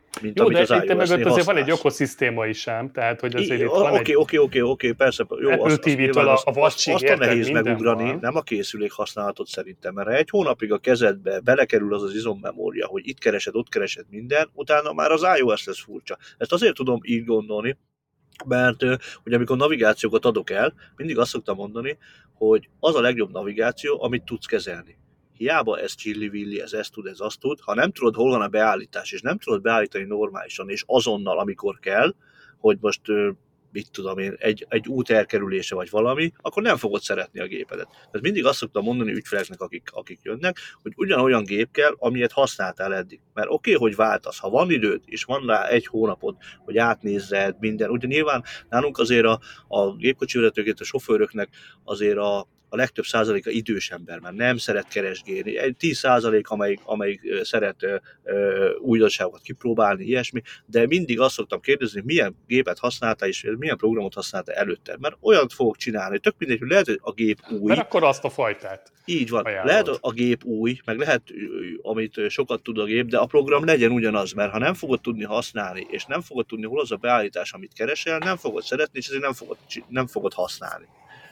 mint Jó, amit de az itt mögött iOS-nél azért van egy használsz. ökoszisztéma is ám, tehát hogy azért itt van Oké, egy oké, oké, oké, oké, persze, jó, Apple azt, azt té vé-től nyilván a, azt, a azt, vacsig, azt a érted, nehéz minden megugrani, van. nem a készülék használatot szerintem, mert ha egy hónapig a kezedbe belekerül az az izommemória, hogy itt keresed, ott keresed minden, utána már az iOS lesz furcsa. Ezt azért tudom így gondolni, mert hogy amikor navigációkat adok el, mindig azt szoktam mondani, hogy az a legjobb navigáció, amit tudsz kezelni. Hiába ez csillivilli, ez ezt tud, ez azt tud, ha nem tudod, hol van a beállítás, és nem tudod beállítani normálisan, és azonnal, amikor kell, hogy most mit tudom én, egy, egy út elkerülése vagy valami, akkor nem fogod szeretni a gépedet. Tehát mindig azt szoktam mondani ügyfeleknek, akik, akik jönnek, hogy ugyanolyan gép kell, amilyet használtál eddig. Mert oké, okay, hogy váltasz, ha van időd, és van rá egy hónapod, hogy átnézzed minden. Ugye nyilván nálunk azért a, a gépkocsivezetőket, a sofőröknek azért a a legtöbb százaléka idős ember, mert nem szeret keresgélni. Egy tíz százalék, amelyik, amelyik szeret ö, ö, újdonságokat kipróbálni, ilyesmi, de mindig azt szoktam kérdezni, milyen gépet használtál, és milyen programot használtál előtte. Mert olyat fogok csinálni, tök mindegy, hogy lehet, hogy a gép új. Mert akkor azt a fajtát Így van. ajánlod. Lehet a gép új, meg lehet, amit sokat tud a gép, de a program legyen ugyanaz, mert ha nem fogod tudni használni, és nem fogod tudni, hol az a beállítás, amit keresel, nem fogod szeretni, és ezért nem fogod, nem fogod használni.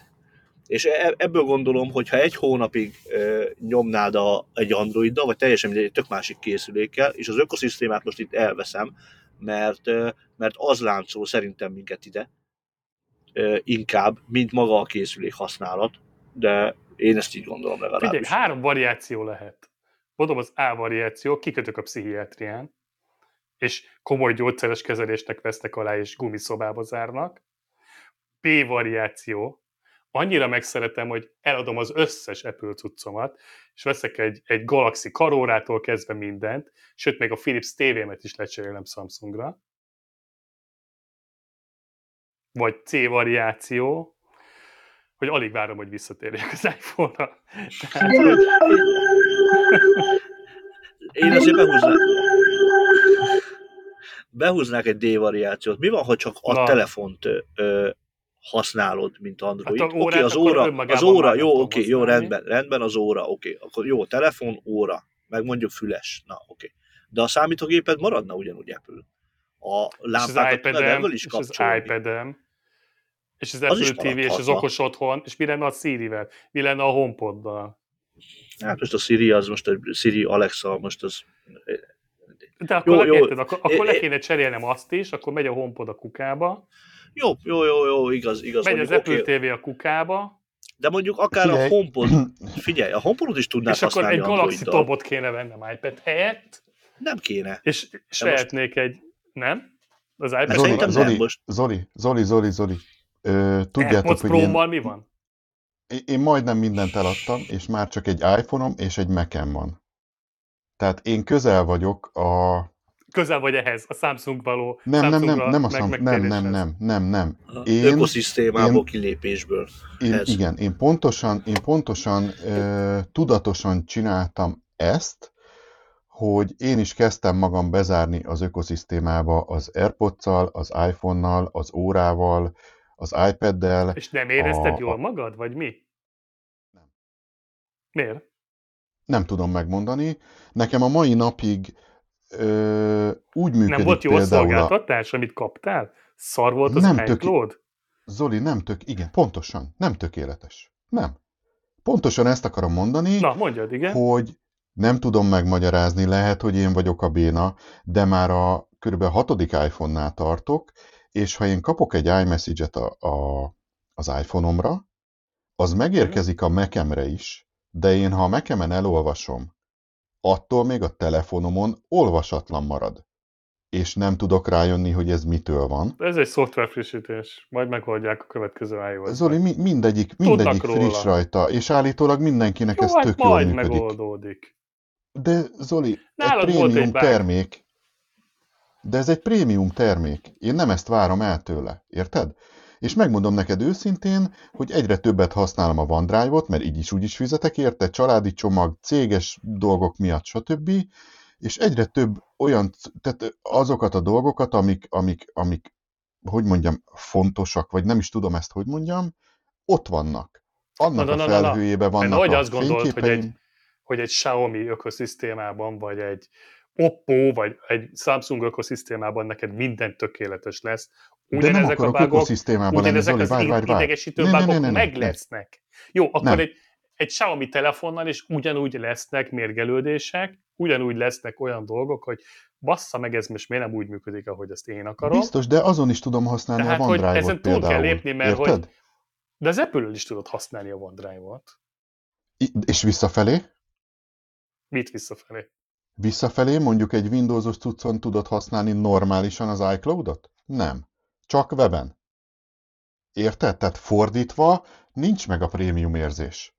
És ebből gondolom, hogy ha egy hónapig e, nyomnád a, egy Androiddal, vagy teljesen egy tök másik készülékkel, és az ökoszisztémát most itt elveszem, mert, e, mert az láncol szerintem minket ide, e, inkább, mint maga a készülék használat, de én ezt így gondolom legalábbis. Figyelj, három variáció lehet. Mondom, az A variáció, kikötök a pszichiátrián, és komoly gyógyszeres kezelésnek vesznek alá, és gumiszobába zárnak. B variáció, annyira megszeretem, hogy eladom az összes Apple cuccomat, és veszek egy, egy Galaxy karórától kezdve mindent, sőt, még a Philips tévémet is lecserélem Samsungra. Vagy C variáció, hogy alig várom, hogy visszatérjek az iPhone-ra. Tehát, hogy... Én azért behúznám. Behúznák egy D variációt. Mi van, ha csak a Na. telefont ö, használod, mint Android? Hát oké, okay, az óra, az óra, jó, oké, okay, jó, rendben, rendben az óra, oké, okay. Akkor jó, telefon, óra, meg mondjuk füles, na, oké. Okay. De a számítógéped maradna ugyanúgy Apple. A lámpákat ebből is kapcsolni. És az iPad-em, és az Apple té vé, és az okos otthon, és mi lenne a Siri-vel? Mi lenne a HomePoddal? Hát most a Siri, az most a Siri, Alexa, most az... De akkor, jó, jó. Érted, akkor, akkor é, le kéne cserélnem azt is, akkor megy a HomePod a kukába. Jó, jó, jó, jó, igaz, igaz. Megy mondjuk, az Apple okay. té vé a kukába. De mondjuk akár figyelj. a HomePod, figyelj, a HomePodot is tudnád használni És akkor egy Galaxy Tabot kéne vennem iPad helyett. Nem kéne. És, és vehetnék most... egy, nem? Az iPad Zoli, szerintem Zoli, nem most. Zoli, Zoli, Zoli, Zoli. Ö, tudjátok, hogy én... mi van? Én majdnem mindent eladtam, és már csak egy iPhone-om és egy Mac-em van. Tehát én közel vagyok a... Közel vagy ehhez, a Samsung való. Nem, nem, nem, nem, a Sam... nem, nem, nem, nem, nem. Én, ökoszisztémából, én, kilépésből. Én, igen, én pontosan, én pontosan ö, tudatosan csináltam ezt, hogy én is kezdtem magam bezárni az ökoszisztémába az AirPods-szal, az iPhone-nal, az órával, az iPad-del. És nem érezted a... jól magad, vagy mi? Nem. Miért? Nem tudom megmondani. Nekem a mai napig ö, úgy működik Nem volt jó a szolgáltatás, amit kaptál? Szar volt az iCloud? Tök... Zoli, nem tök... Igen, pontosan. Nem tökéletes. Nem. Pontosan ezt akarom mondani, Na, mondjad, igen. hogy nem tudom megmagyarázni, lehet, hogy én vagyok a béna, de már a körülbelül hatodik iPhone-nál tartok, és ha én kapok egy iMessage-et a, a, az iPhone-omra, az megérkezik a Mac-emre is, de én, ha a Mac-emen elolvasom, attól még a telefonomon olvasatlan marad. És nem tudok rájönni, hogy ez mitől van. Ez egy szoftver frissítés. Majd megoldják a következő iOS-ban. Zoli, mi, mindegyik, mindegyik friss rajta, és állítólag mindenkinek jó, ez hát tök jól majd működik. megoldódik. De Zoli, Nálad egy volt prémium egy termék. De ez egy prémium termék. Én nem ezt várom el tőle. Érted? És megmondom neked őszintén, hogy egyre többet használom a OneDrive-ot, mert így is úgy is fizetek érte, családi csomag, céges dolgok miatt, stb. És egyre több olyan, tehát azokat a dolgokat, amik, amik, amik, hogy mondjam, fontosak, vagy nem is tudom ezt, hogy mondjam, ott vannak. Annak na, na, a felhőjében vannak na, a azt gondolod, fényképeim. Hogy egy, hogy egy Xiaomi ökoszisztémában, vagy egy, Oppo vagy egy Samsung ökoszisztémában neked minden tökéletes lesz. De nem Ugyanezek a akarok bugok, ökoszisztémában lenni, ugyanezek Zoli, az várj, várj, várj. idegesítő Ne, ne, bugok ne, ne, ne, meg ne. lesznek. Jó, akkor Nem. egy, egy Xiaomi telefonnal is ugyanúgy lesznek mérgelődések, ugyanúgy lesznek olyan dolgok, hogy bassza meg, ez most miért nem úgy működik, ahogy ezt én akarom. Biztos, de azon is tudom használni Tehát, a hogy OneDrive-ot ezen túl például. kell lépni, mert Érted? hogy... De az Apple-ről is tudod használni a OneDrive-ot. I- és visszafelé? Mit visszafelé? Visszafelé mondjuk egy Windowsos cuccon tudod használni normálisan az iCloud-ot? Nem. Csak weben. Érted? Tehát fordítva nincs meg a prémium érzés.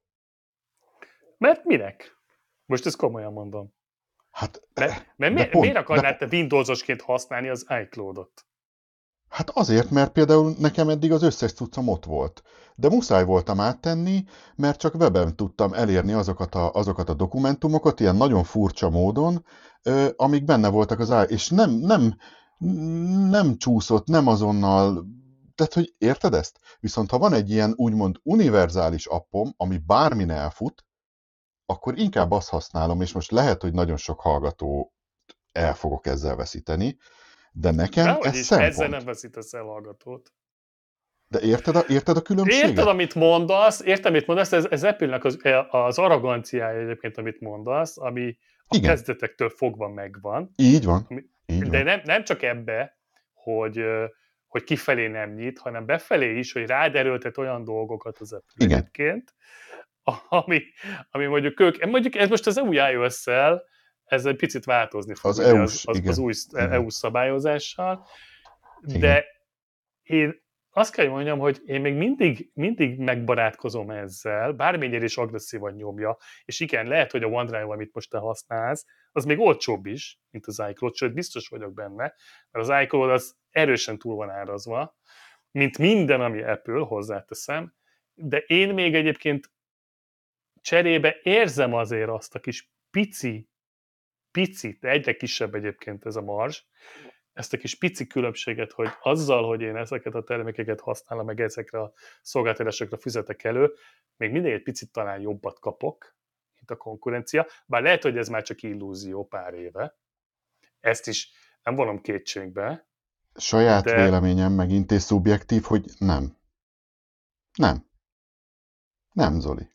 Mert minek? Most ezt komolyan mondom. Hát, Mert, mert de mi, pont, miért akarnád de, te Windowsosként használni az iCloud-ot? hát azért, mert például nekem eddig az összes cuccom ott volt. De muszáj voltam áttenni, mert csak weben tudtam elérni azokat a, azokat a dokumentumokat, ilyen nagyon furcsa módon, ö, amik benne voltak az i... És nem, nem, nem csúszott, nem azonnal... Tehát, hogy érted ezt? Viszont ha van egy ilyen úgymond univerzális appom, ami bármin elfut, akkor inkább azt használom, és most lehet, hogy nagyon sok hallgató el fogok ezzel veszíteni, de nekem Dehogy ez is, szempont. ezzel nem veszítesz el hallgatót. De érted a, érted a különbséget? Érted, amit mondasz, érted, amit mondasz, ez, ez Apple-nek az, az arroganciája egyébként, amit mondasz, ami a Igen. kezdetektől fogva megvan. Így van. Ami, Így de van. nem, nem csak ebbe, hogy, hogy kifelé nem nyit, hanem befelé is, hogy rád erőltet olyan dolgokat az Apple Igen. egyébként, ami, ami mondjuk ők, mondjuk ez most az új iOS-szel, ez egy picit változni fog Az ugye, é u-s, az, az, igen. az új Igen. é u-s szabályozással, Igen. de én azt kell, hogy mondjam, hogy én még mindig, mindig megbarátkozom ezzel, bármennyire is agresszívan nyomja, és igen, lehet, hogy a OneDrive, amit most te használsz, az még olcsóbb is, mint az iCloud, sőt, biztos vagyok benne, mert az iCloud az erősen túl van árazva, mint minden, ami Apple, hozzáteszem, de én még egyébként cserébe érzem azért azt a kis pici, picit, egyre kisebb egyébként ez a marzs, ezt a kis pici különbséget, hogy azzal, hogy én ezeket a termékeket használom, meg ezekre a szolgáltatásokra fizetek elő, még mindig egy picit talán jobbat kapok, mint a konkurencia, bár lehet, hogy ez már csak illúzió pár éve. Ezt is nem vonom kétségbe. Saját de... véleményem megint és szubjektív, hogy nem. Nem. Nem, Zoli.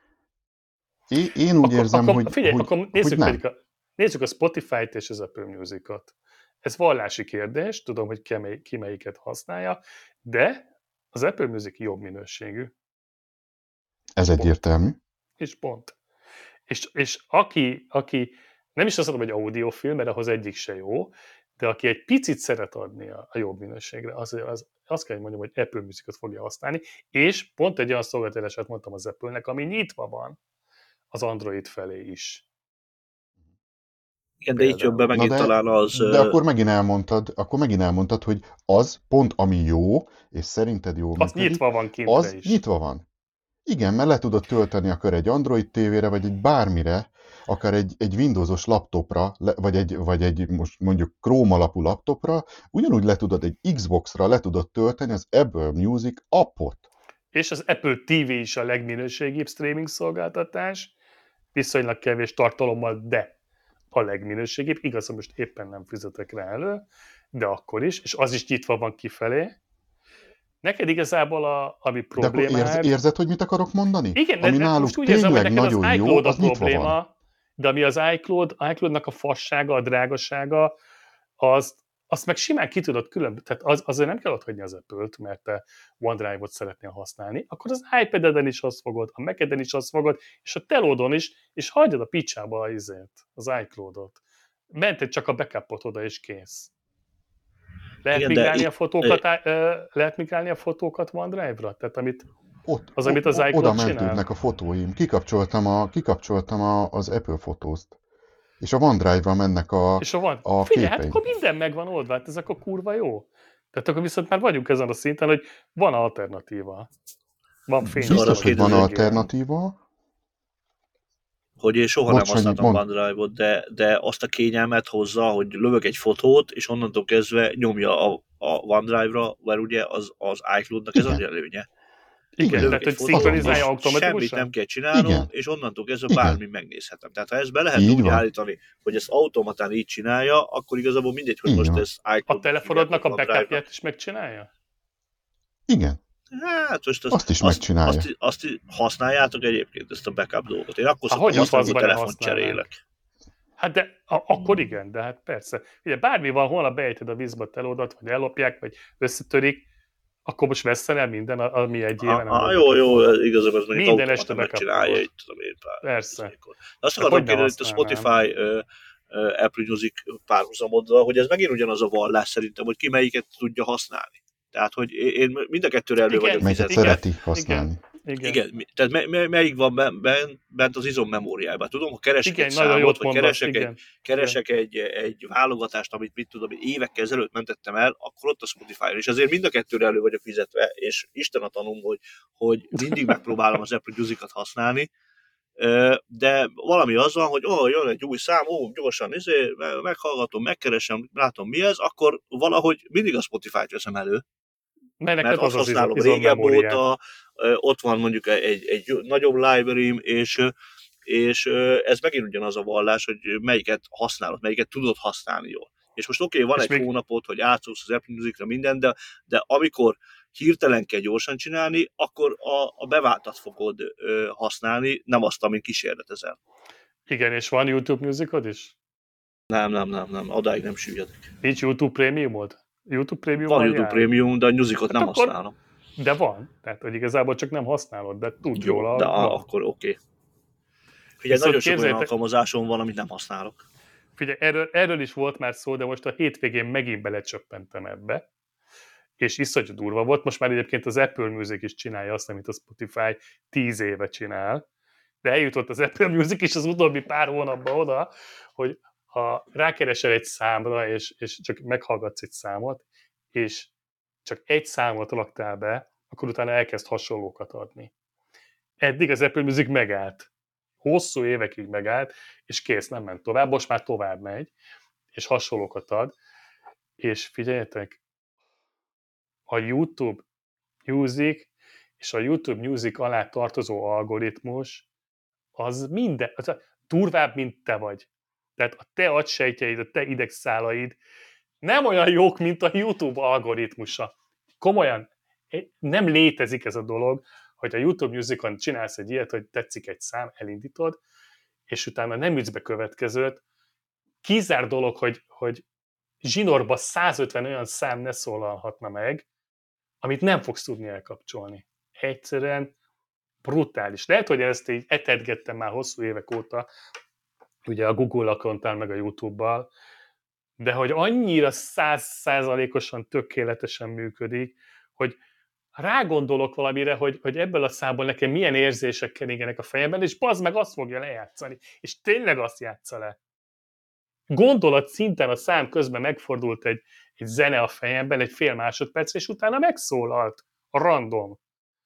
Én, én úgy akkor, érzem, akkor, hogy, figyelj, hogy, akkor hogy nézzük, nem. pedig a, nézzük a Spotify-t és az Apple Music-ot. Ez vallási kérdés, tudom, hogy ki, mely, ki melyiket használja, de az Apple Music jobb minőségű. Ez Pont. egyértelmű. És pont. És, és aki, aki, nem is azt mondom, hogy audiofilm, mert ahhoz egyik se jó, de aki egy picit szeret adni a, a jobb minőségre, az, az, azt kell, hogy mondjam, hogy Apple Musicot fogja használni, és pont egy olyan szolgáltatását mondtam az Apple-nek, ami nyitva van az Android felé is. Igen, de itt jön be megint de, talán az... De akkor megint elmondtad, akkor megint elmondtad, hogy az pont, ami jó, és szerinted jó az működik, nyitva van kintre az is. nyitva van. Igen, mert le tudod tölteni akár egy Android tévére, vagy egy bármire, akár egy, egy Windowsos laptopra, vagy egy, vagy egy most mondjuk Chrome alapú laptopra, ugyanúgy le tudod egy Xboxra le tudod tölteni az Apple Music appot. És az Apple té vé is a legminőségibb streaming szolgáltatás, viszonylag kevés tartalommal, de a legminőségibb. Igaz, most éppen nem fizetek rá elő, de akkor is, és az is nyitva van kifelé. Neked igazából a, ami problémád... De akkor érz, érzed, hogy mit akarok mondani? Igen, ami de náluk most úgy érzem, hogy neked az nagyon iCloud jó, a az nyitva probléma, van. de ami az iCloud, iCloudnak a fassága, a drágasága, az, azt meg simán ki tudod külön, tehát az, azért nem kell ott hagyni az Apple-t, mert te OneDrive-ot szeretnél használni, akkor az iPad-eden is azt fogod, a Mac-eden is azt fogod, és a telódon is, és hagyjad a picsába az izét, az iCloud-ot. Mented csak a backupot oda, és kész. Lehet Igen, migrálni de a fotókat, lehet migrálni a fotókat OneDrive-ra? Tehát amit, Ott, az, amit az o- iCloud oda csinál? mentődnek a fotóim. Kikapcsoltam, a, kikapcsoltam a, az Apple Photos-t. És a OneDrive-ra mennek a, és a, van. a Figyelj, hát képeim. akkor minden megvan oldva, hát ez akkor kurva jó. Tehát akkor viszont már vagyunk ezen a szinten, hogy van alternatíva. Van fény. Biztos, hogy van kérdezek, alternatíva. hogy én soha Bocs, nem használtam Sanyi, OneDrive-ot, de, de azt a kényelmet hozza, hogy lövök egy fotót, és onnantól kezdve nyomja a, a OneDrive-ra, mert ugye az, az iCloud-nak ez Igen. az előnye. Igen, Igen. tehát hogy Egy fotót, szinkronizálja és automatikusan? Semmit nem kell csinálnom, Igen. és onnantól kezdve Igen. bármi megnézhetem. Tehát ha ezt be lehet Így úgy van. állítani, hogy ezt automatán így csinálja, akkor igazából mindegy, hogy Így most van. ez A iCloud telefonodnak a OneDrive-nak. backupját is megcsinálja? Igen. Hát most az, Azt is azt, megcsinálja. azt, azt használjátok egyébként, ezt a backup dolgot. Én akkor Há, szoktam hogy a használni, hogy faszban ne telefont használnánk? cserélek. Hát de a, akkor igen, de hát persze. Ugye bármi van, holnap beejted a vízbe a telódat, vagy ellopják, vagy összetörik, akkor most vesszel el minden, ami egy éve nem Ah, volt jó, backup jó, volna. igazából ez mondjuk Minden este automatán backup megcsinálja, volt. így tudom én pár. Persze. De azt De akartam hogy ne kérdezni, hogy a használnám? Spotify uh, uh, Apple Music párhuzamoddal, hogy ez megint ugyanaz a vallás szerintem, hogy ki melyiket tudja használni. Tehát, hogy én mind a kettőre elő Igen, vagyok Melyiket fizetve. szereti használni. Igen. Igen, mi- tehát me, me, melyik van ben, ben, bent az izom memóriában. Tudom, ha keresek Igen, egy nagyon számot, jót vagy mondasz, keresek, igen. egy, keresek egy, egy válogatást, amit mit tudom, évekkel ezelőtt mentettem el, akkor ott a Spotify-on. És azért mind a kettőre elő vagyok fizetve, és Isten a tanúm, hogy, hogy mindig megpróbálom az Apple Music-at használni, de valami az van, hogy oh, jön egy új szám, ó, gyorsan izé, meghallgatom, megkeresem, látom mi ez, akkor valahogy mindig a Spotify-t veszem elő. Mert Mert neked azt az az izom, használom régebb izommemóriád. óta, ott van mondjuk egy, egy nagyobb library-m, és, és ez megint ugyanaz a vallás, hogy melyiket használod, melyiket tudod használni jól. És most oké, okay, van És egy még- hónapot, hogy átszólsz az Apple Music-ra minden, de, de amikor hirtelen kell gyorsan csinálni, akkor a, a beváltat fogod ö, használni, nem azt, amin kísérletezel. Igen, és van YouTube Musicod is? Nem, nem, nem, nem, odáig nem süllyedek. Nincs YouTube Premiumod? YouTube Premium Van YouTube Premium, de a Musicot Hát nem akkor- használom. De van. Tehát, hogy igazából csak nem használod, de tud Jó, róla, de van. á, akkor oké. Okay. Figyelj, Viszont nagyon sok olyan képzeljétek- alkalmazásom van, amit nem használok. Figyelj, erről, erről is volt már szó, de most a hétvégén megint belecsöppentem ebbe, és iszonyú durva volt. Most már egyébként az Apple Music is csinálja azt, amit a Spotify tíz éve csinál, de eljutott az Apple Music is az utóbbi pár hónapban oda, hogy ha rákeresel egy számra, és, és csak meghallgatsz egy számot, és csak egy számot raktál be, akkor utána elkezd hasonlókat adni. Eddig az Apple Music megállt. Hosszú évekig megállt, és kész, nem ment tovább, most már tovább megy, és hasonlókat ad, és figyeljetek, a YouTube Music és a YouTube Music alá tartozó algoritmus az minden, az durvább, mint te vagy. Tehát a te agysejtjeid, a te idegszálaid nem olyan jók, mint a YouTube algoritmusa. Komolyan, nem létezik ez a dolog, hogy a YouTube Musicon csinálsz egy ilyet, hogy tetszik egy szám, elindítod, és utána nem ütsz be következőt. Kizár dolog, hogy, hogy zsinórba százötven olyan szám ne szólalhatna meg, amit nem fogsz tudni elkapcsolni. Egyszerűen brutális. Lehet, hogy ezt így etedgettem már hosszú évek óta, ugye a Google accounttal, meg a YouTube-bal, de hogy annyira száz százalékosan tökéletesen működik, hogy rágondolok valamire, hogy, hogy ebből a számból nekem milyen érzések keringenek a fejemben, és bazd meg azt fogja lejátszani. És tényleg azt játsza le. Gondolat szinten a szám közben megfordult egy, egy zene a fejemben, egy fél másodperc, és utána megszólalt a random.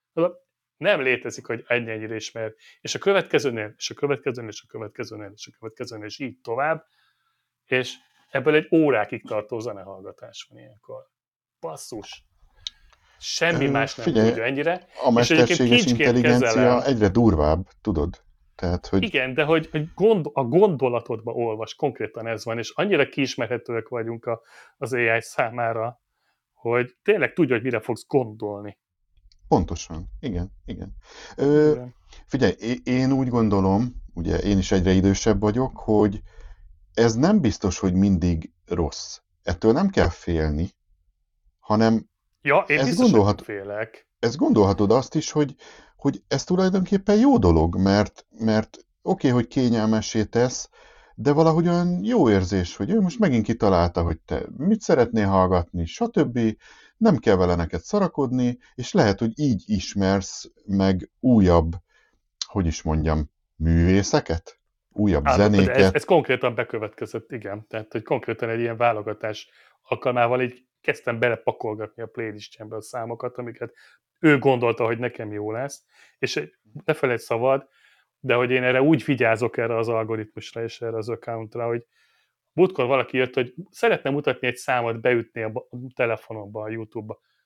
Nem létezik, hogy ennyi-ennyire ismer. És a következőnél, és a következőnél, és a következőnél, és a következőnél, és így tovább. És ebből egy órákig tartó zenehallgatás van ilyenkor. Basszus. Semmi Ö, más nem figyelj, tudja ennyire. A mesterséges kincsként intelligencia kezelem. egyre durvább, tudod? Tehát, hogy Igen, de hogy, hogy gond, a gondolatodba olvas, konkrétan ez van, és annyira kiismerhetőek vagyunk a, az á i számára, hogy tényleg tudja, hogy mire fogsz gondolni. pontosan. Igen, igen. Ö, figyelj, é- én úgy gondolom, ugye én is egyre idősebb vagyok, hogy ez nem biztos, hogy mindig rossz. Ettől nem kell félni, hanem Ja, én Ez biztos, hogy gondolhat- nem félek. ezt gondolhatod azt is, hogy, hogy ez tulajdonképpen jó dolog, mert, mert oké, okay, hogy kényelmessé tesz, de valahogy olyan jó érzés, hogy ő most megint kitalálta, hogy te mit szeretnél hallgatni, stb. Nem kell vele neked szarakodni, és lehet, hogy így ismersz meg újabb, hogy is mondjam, művészeket, újabb Á, de zenéket. ez, ez konkrétan bekövetkezett, igen. Tehát, hogy konkrétan egy ilyen válogatás alkalmával így kezdtem belepakolgatni a playlistjembe a számokat, amiket ő gondolta, hogy nekem jó lesz. És ne felejtsd szabad, de hogy én erre úgy vigyázok erre az algoritmusra és erre az accountra, hogy múltkor valaki jött, hogy szeretne mutatni egy számot, beütni a telefonomba, a YouTube-ba.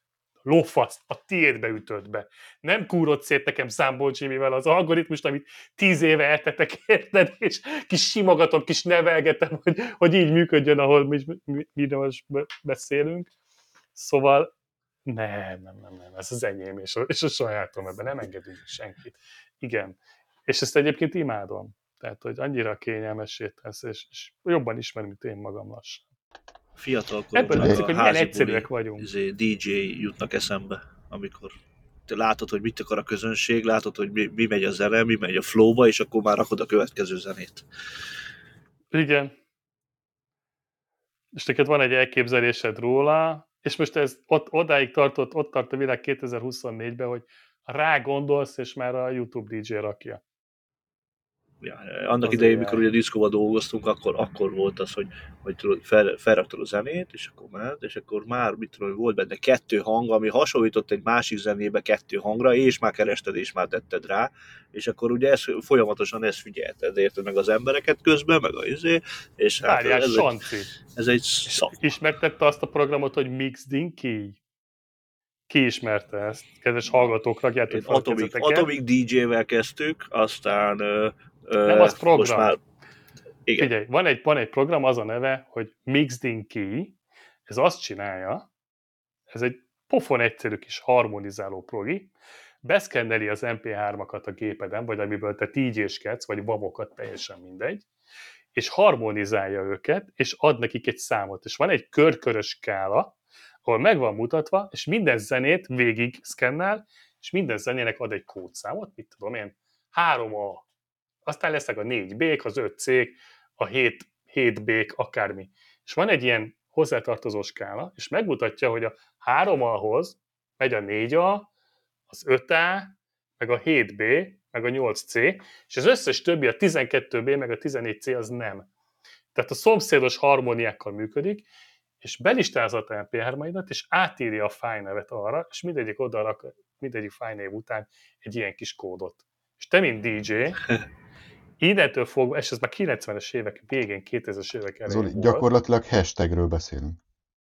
lófaszt a tiédbe ütött be. Nem kúrod szét nekem Számból Jimivel az algoritmust, amit tíz éve eltetek, érted, és kis simogatom, kis nevelgetem, hogy, hogy így működjön, ahol mi, mi, mi most beszélünk. Szóval nem, nem, nem, nem, ez az enyém, és a, és a sajátom, ebben nem engedünk senkit. Igen. És ezt egyébként imádom. Tehát, hogy annyira kényelmessé tesz, és, és jobban ismerem, mint én magam lassan. Fiatal Ebből koromban látszik, a hogy milyen házi egyszerűek buli, vagyunk. izé, dé dzsé jutnak eszembe, amikor te látod, hogy mit akar a közönség, látod, hogy mi, mi megy a zene, mi megy a flowba, és akkor már rakod a következő zenét. Igen. És neked van egy elképzelésed róla, és most ez ott, odáig tartott, ott tart a világ kétezer-huszonnégyben, hogy rá gondolsz, és már a YouTube dé dzsé rakja. Ja, annak Az idején, á i. mikor ugye diszkóba dolgoztunk, akkor, akkor volt az, hogy, hogy tudod, fel, felraktad a zenét, és akkor ment, és akkor már, mit tudom, volt benne kettő hang, ami hasonlított egy másik zenébe kettő hangra, és már kerested, és már tetted rá, és akkor ugye ez, folyamatosan ezt figyelted, érted meg az embereket közben, meg a izé, és hát Várjál, ez, Sanci. egy, ez egy szakma. Ismertette azt a programot, hogy Mixed in Key? Ki ismerte ezt? Kedves hallgatók, rakjátok fel a Atomic, kezeteket. Atomic dé dzsé-vel kezdtük, aztán ö, ö, Nem az program. most már igen. Figyelj, van egy, van egy program, az a neve, hogy Mixed in Key. Ez azt csinálja, ez egy pofon egyszerű kis harmonizáló progi, beszkenneli az em pé hármakat a gépeden, vagy amiből te dé dzséskedsz, vagy babokat, teljesen mindegy, és harmonizálja őket, és ad nekik egy számot. És van egy körkörös skála, ahol meg van mutatva, és minden zenét végig szkennel, és minden zenének ad egy kódszámot, mit tudom én, három A. Aztán lesznek a négy B-k, az öt C-k, a hét B-k, akármi. És van egy ilyen hozzátartozó skála, és megmutatja, hogy a három A-hoz megy a négy A, az öt A, meg a hét B, meg a nyolc C, és az összes többi, a tizenkettő B, meg a tizennégy C az nem. Tehát a szomszédos harmóniákkal működik, és belistázza a em pé hármaidat, és átírja a fájlnevet arra, és mindegyik oda rak, mindegyik fájlnév után egy ilyen kis kódot. És te, mint dé dzsé, innentől fogva, és ez már kilencvenes évek végén, kétezres évek elején Zoli, volt. gyakorlatilag hashtagről beszélünk.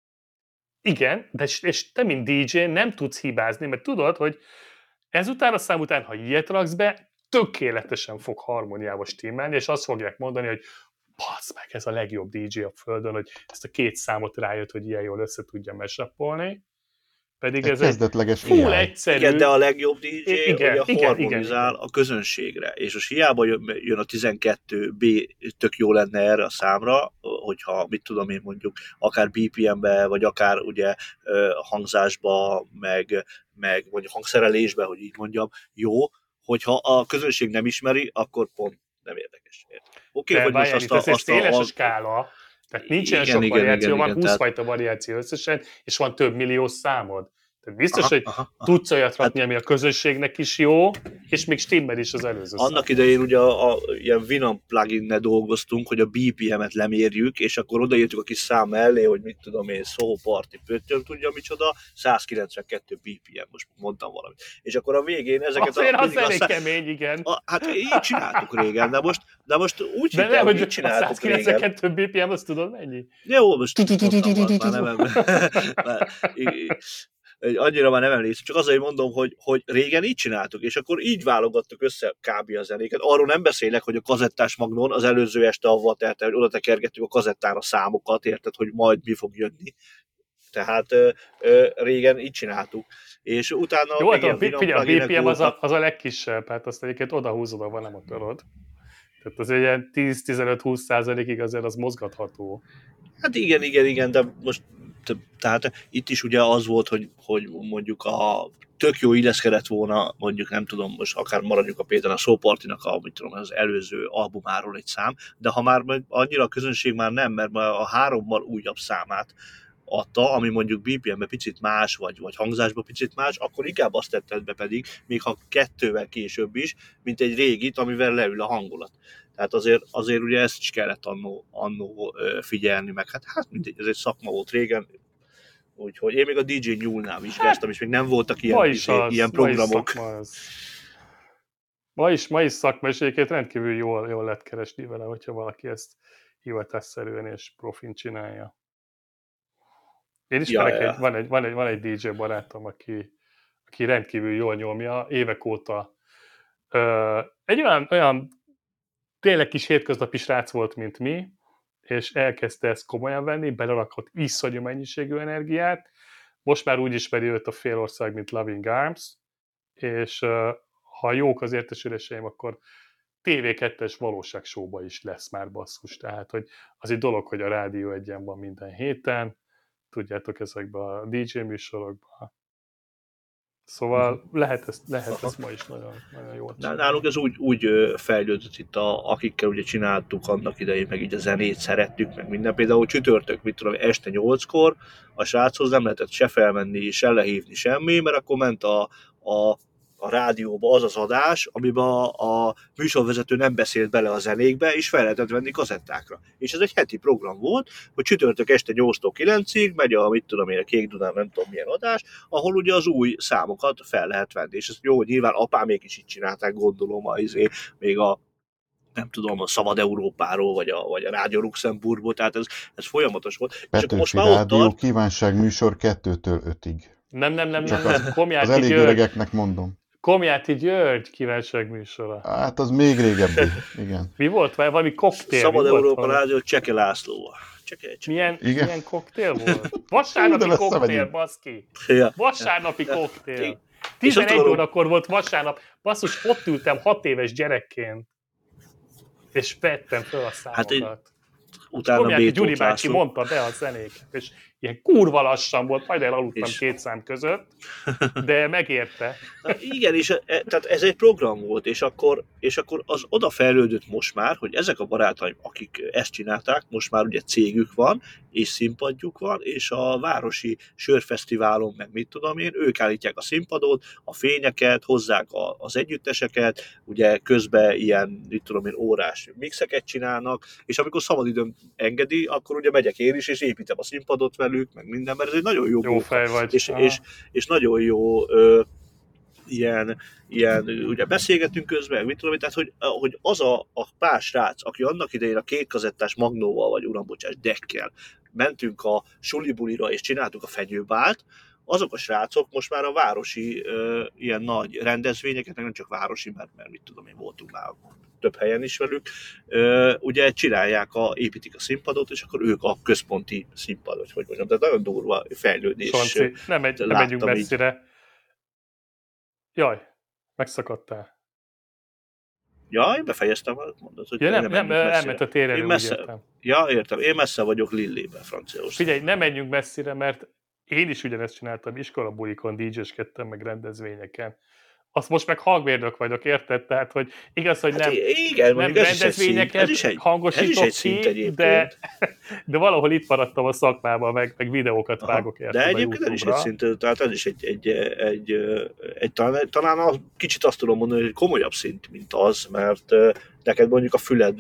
Igen, de és te, mint dé dzsé nem tudsz hibázni, mert tudod, hogy ezután a szám után, ha ilyet raksz be, tökéletesen fog harmóniába stimmelni, és azt fogják mondani, hogy bassz meg, ez a legjobb dé dzsé a földön, hogy ezt a két számot rájött, hogy ilyen jól össze tudja mashup-olni. Pedig Egy ez kezdetleges egy full á i. egyszerű... Igen, de a legjobb dé dzsé igen, ugye igen, harmonizál igen, igen. a közönségre, és most hiába jön, jön a tizenkettő B, tök jó lenne erre a számra, hogyha, mit tudom én mondjuk, akár bé pé em-be, vagy akár ugye hangzásba, meg, meg mondjuk hangszerelésbe, hogy így mondjam, jó, hogyha a közönség nem ismeri, akkor pont nem érdekes. Oké, okay, hogy most azt a... Ez egy azt széles a, a skála, tehát nincs olyan igen, sok igen, variáció, igen, van igen, húsz tehát... fajta variáció összesen, és van több millió számod. Tehát biztos, aha, hogy aha, aha. tudsz olyat rakni, hát, ami a közönségnek is jó, és még stimmel is az előző Annak számot. idején ugye a, a ilyen Winamp plugin-ne dolgoztunk, hogy a bé pé em-et lemérjük, és akkor odaírtuk a kis szám mellé, hogy mit tudom én, Soho Party, pöttyöm tudja micsoda, száz kilencvenkettő bé pé em, most mondtam valamit. És akkor a végén ezeket Azért a... az elég szá... kemény, igen. A, hát így csináltuk régen, de most, de most úgy de hittem, hogy így a csináltuk száz kilencvenkettő bé pé em, azt tudod mennyi? Jó, most mondtam, már nem annyira már nem emlékszem, csak azért mondom, hogy, hogy régen így csináltuk, és akkor így válogattuk össze kb. A zenéket. Arról nem beszélek, hogy a kazettás magnon az előző este avval telt, hogy oda tekergettük a kazettára számokat, érted, hogy majd mi fog jönni. Tehát ö, ö, régen így csináltuk. És utána jó, még hát a, figyelj, a bé pé em az a, az a legkisebb, hát azt egyébként odahúzod, ahol nem akarod. Tehát az ilyen tíz-tizenöt-húsz százalékig azért az mozgatható. Hát igen, igen, igen, de most tehát itt is ugye az volt, hogy, hogy mondjuk a tök jó illeszkedett volna, mondjuk nem tudom, most akár maradjuk a például a Soho Party-nak a, mit tudom, az előző albumáról egy szám, de ha már annyira a közönség már nem, mert már a hárommal újabb számát adta, ami mondjuk bé pé em-ben picit más, vagy, vagy hangzásban picit más, akkor inkább azt tetted be pedig, még ha kettővel később is, mint egy régit, amivel leül a hangulat. Tehát azért, azért ugye ezt is kellett annó, annó figyelni, meg hát, hát mindegy, ez egy szakma volt régen, úgyhogy én még a dé dzsé Nyúlnál vizsgáztam, és még nem voltak ilyen, is az, ilyen programok. Ma is, az. ma is, ma is szakma, és egyébként rendkívül jól, jól lehet keresni vele, hogyha valaki ezt hivatásszerűen és profin csinálja. Én ismerek, Ja, ja. egy, van, egy, van, egy, van egy dé dzsé barátom, aki, aki rendkívül jól nyomja, évek óta. Ö, egy olyan, olyan tényleg kis hétköznapi srác volt, mint mi, és elkezdte ezt komolyan venni, belerakott iszonyú mennyiségű energiát. Most már úgy ismeri őt a fél ország, mint Loving Arms, és ö, ha jók az értesüléseim, akkor té vé kettes valóságshow-ba is lesz már basszus. Tehát, hogy az egy dolog, hogy a Rádió Egyen van minden héten, tudjátok, ezekben a dé dzsé műsorokban. Szóval lehet ezt, lehet ezt ma is nagyon, nagyon jól csinálni. Nálunk ez úgy, úgy ö, fejlődött itt, a, akikkel ugye csináltuk annak idején, meg így a zenét szerettük, meg minden. Például csütörtök, mit tudom, este nyolckor a sráchoz nem lehetett se felmenni, se lehívni semmi, mert akkor ment a, a a rádióba az az adás, amiben a, a műsorvezető nem beszélt bele a zenékbe, és fel lehetett venni kazettákra. És ez egy heti program volt, hogy csütörtök este nyolctól kilencig megy a, mit tudom én, a Kék Dunán, nem tudom milyen adás, ahol ugye az új számokat fel lehet venni. És ezt jó, hogy nyilván apámék is így csinálták, gondolom, a, izé, még a nem tudom, a Szabad Európáról, vagy a, vagy a Rádió Luxemburgból, tehát ez, ez folyamatos volt. És akkor most Petőfi már ott Rádió tart, kívánság műsor kettőtől ötig. Nem, nem, nem, Csak nem, az, nem. az Komjáti elég György, öregeknek mondom. Komjáti György kívánság műsora. Hát az még régebbi, igen. Mi volt? Valami koktél? Szabad mi volt Európa valami? Rádió Cseke Lászlóval. Cseke, cseke. Milyen, Igen. milyen koktél volt? Hú, Vasárnapi de koktél, összemegyünk. baszki! Ja. Vasárnapi Ja. koktél. És tizenegy azt órakor volt vasárnap. Basszus, ott ültem hat éves gyerekként. És vettem fel a számokat. Hát én- Utána Komjáti Bétót Gyuri bácsi László. mondta be a zenéket, és ilyen kurva lassan volt, majd elaludtam És- két szám között, de megérte. Na, igen, és e, tehát ez egy program volt, és akkor, és akkor az oda fejlődött most már, hogy ezek a barátaim, akik ezt csinálták, most már ugye cégük van, és színpadjuk van, és a városi sörfesztiválon, meg mit tudom én, ők állítják a színpadot, a fényeket, hozzák a, az együtteseket, ugye közben ilyen, mit tudom én, órás mixeket csinálnak, és amikor szabadidőm engedi, akkor ugye megyek én is, és építem a színpadot velük, meg minden, mert ez egy nagyon jó Jó munka. fej vagy. És, Aha. és, és nagyon jó ö, ilyen, ilyen, ugye beszélgetünk közben, mit tudom én, tehát hogy, hogy az a, a pár srác, aki annak idején a két kazettás Magnóval, vagy uram, bocsás, deckkel mentünk a sulibulira, és csináltuk a fenyőbált, azok a srácok most már a városi ö, ilyen nagy rendezvényeket, meg nem csak városi, mert, mert mit tudom én, voltunk már több helyen is velük, ö, ugye csinálják, a, építik a színpadot, és akkor ők a központi színpad, vagy hogy mondjam, de nagyon durva fejlődés. Sonci, nem, megy, nem láttam megyünk így. messzire. Jaj, megszakadtál. Ja, én befejeztem, mondod, hogy Ja, nem, nem nem, menjünk messzire. elment a téren, Én úgy messze- értem. Ja, értem. Én messze vagyok Lillében, Franciaország. Figyelj, nem menjünk messzire, mert én is ugyanezt csináltam, iskolabulikon, dé dzséskedtem, meg rendezvényeken. Azt most meg hangmérnök vagyok, érted? Tehát, hogy igaz, hogy Hát nem, igen, nem mondjuk ez is egy szint, rendezvényeket ez is egy, ez hangosítok is egy szint ki, egyébként. de, de valahol itt maradtam a szakmában, meg, meg videókat Aha. vágok érted De a egyébként ez is egy YouTube-ra. szint, tehát ez is egy, egy, egy, egy, egy talán, talán a, kicsit azt tudom mondani, hogy egy komolyabb szint, mint az, mert ö, neked mondjuk a füled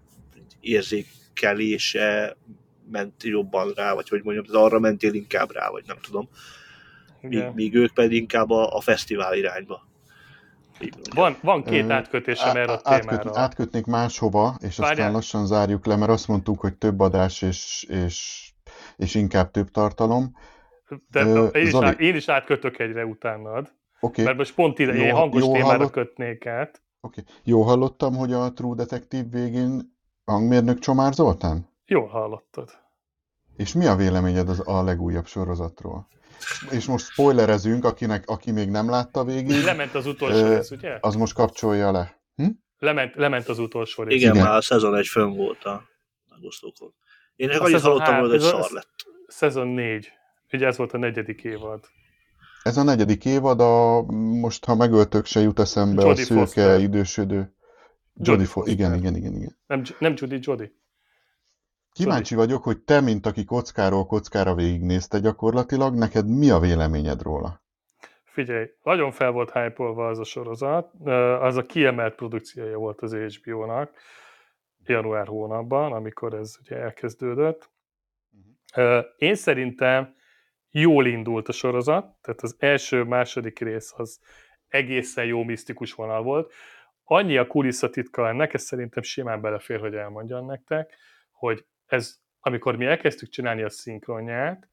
érzékelése ment jobban rá, vagy hogy mondjam, tehát arra mentél inkább rá, vagy nem tudom. Míg, Igen. míg ők pedig inkább a, a fesztivál irányba. Így mondjam. Van, van két Ö, átkötésem erre a átköt, témára. átkötnék máshova, és aztán Várjál. lassan zárjuk le, mert azt mondtuk, hogy több adás és, és, és inkább több tartalom. De Ö, én, is Zoli. át, én is átkötök egyre utánad, Oké, mert most pont ide, Jó- én hangos jó témára hallott- kötnék át. oké. Jó hallottam, hogy a True Detective végén hangmérnök Csomár Zoltán? Jól hallottad. És mi a véleményed az a legújabb sorozatról? És most spoilerezünk, akinek, aki még nem látta végig, Lement az utolsó Ö, rész, ugye? az most kapcsolja le. Hm? Lement, lement az utolsó rész. Igen, Igen. már a szezon egy fönn volt a megosztókon. Én csak A annyit szezon hallottam, három- hogy ez ez a- szar lett. Szezon négy. Ugye ez volt a negyedik évad. Ez a negyedik évad, a, most ha megöltök, se jut eszembe Jodie a szőke, Foster. idősödő. Jodie Jodie Foster. Foster. Igen, igen, igen, igen. Nem, nem Judy, Jody. Kíváncsi vagyok, hogy te, mint aki kockáról kockára végignézte gyakorlatilag, neked mi a véleményed róla? Figyelj, nagyon fel volt hype-olva az a sorozat. Ö, Az a kiemelt produkciója volt az há bé ó-nak január hónapban, amikor ez ugye elkezdődött. Ö, Én szerintem jól indult a sorozat, tehát az első-második rész az egészen jó misztikus vonal volt. Annyi a kulisszatitka ennek, ez szerintem simán belefér, hogy elmondjam nektek, hogy ez, amikor mi elkezdtük csinálni a szinkronját,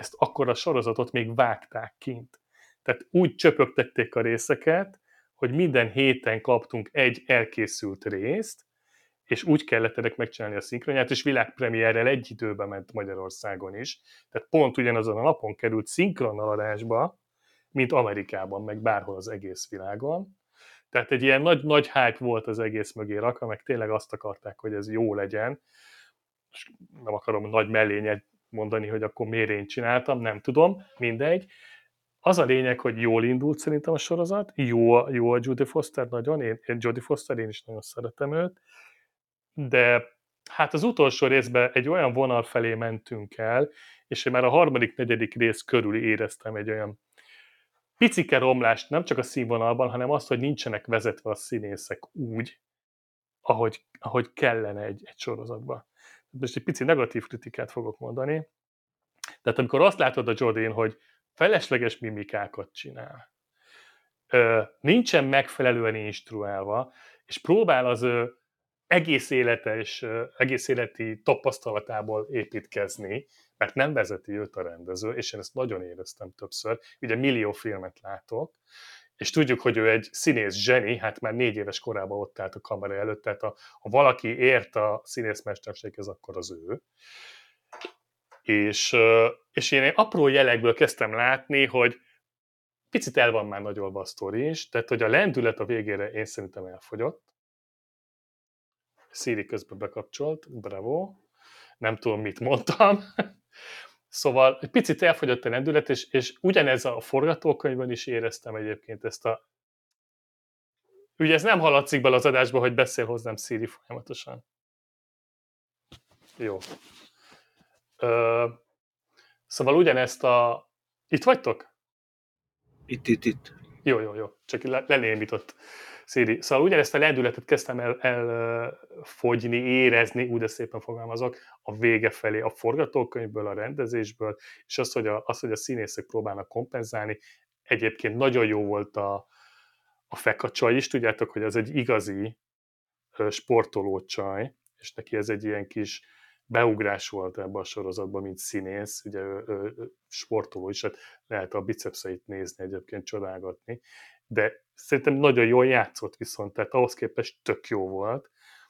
ezt akkor a sorozatot még vágták kint. Tehát úgy csöpögtették a részeket, hogy minden héten kaptunk egy elkészült részt, és úgy kellett ennek megcsinálni a szinkronját, és világpremierrel egy időben ment Magyarországon is. Tehát pont ugyanazon a napon került szinkronnal adásba, mint Amerikában, meg bárhol az egész világon. Tehát egy ilyen nagy, nagy hype volt az egész mögé rakva, meg tényleg azt akarták, hogy ez jó legyen. És nem akarom nagy mellényet mondani, hogy akkor miért én csináltam, nem tudom, mindegy. Az a lényeg, hogy jól indult szerintem a sorozat, jó, jó a Jodie Foster nagyon, én, én Jodie Foster, én is nagyon szeretem őt, de hát az utolsó részben egy olyan vonal felé mentünk el, és én már a harmadik, negyedik rész körül éreztem egy olyan picike romlást, nem csak a színvonalban, hanem azt, hogy nincsenek vezetve a színészek úgy, ahogy, ahogy kellene egy, egy sorozatban. Most egy pici negatív kritikát fogok mondani. Tehát amikor azt látod a Jodie-n, hogy felesleges mimikákat csinál, nincsen megfelelően instruálva, és próbál az egész élete és egész életi tapasztalatából építkezni, mert nem vezeti őt a rendező, és én ezt nagyon éreztem többször. Ugye millió filmet látok, és tudjuk, hogy ő egy színész zseni, hát már négy éves korában ott állt a kamera előtt, tehát a, ha valaki ért a színészmesterséghez, akkor az ő. És, és én egy apró jelekből kezdtem látni, hogy picit el van már nagyolva a sztori is, tehát hogy a lendület a végére én szerintem elfogyott. Siri közben bekapcsolt, bravo, nem tudom, mit mondtam. Szóval egy picit elfogyott a lendület, és, és ugyanez a forgatókönyvben is éreztem egyébként ezt a... Ugye ez nem hallatszik bele az adásba, hogy beszél hozzám Siri folyamatosan. Jó. Ö, szóval ugyanezt a... Itt vagytok? Itt, itt, itt. Jó, jó, jó. Csak lenémított Siri. Szóval ugyanezt a lendületet kezdtem el, elfogyni, érezni, úgy de szépen fogalmazok, a vége felé, a forgatókönyvből, a rendezésből, és az, hogy a, az, hogy a színészek próbálnak kompenzálni. Egyébként nagyon jó volt a, a Feka csaj is, tudjátok, hogy az egy igazi sportoló csaj, és neki ez egy ilyen kis beugrás volt ebbe a sorozatban, mint színész, ugye ő, ő, ő sportoló is, hát lehet a bicepszeit nézni, egyébként csodálgatni, de szerintem nagyon jól játszott viszont, tehát ahhoz képest tök jó volt.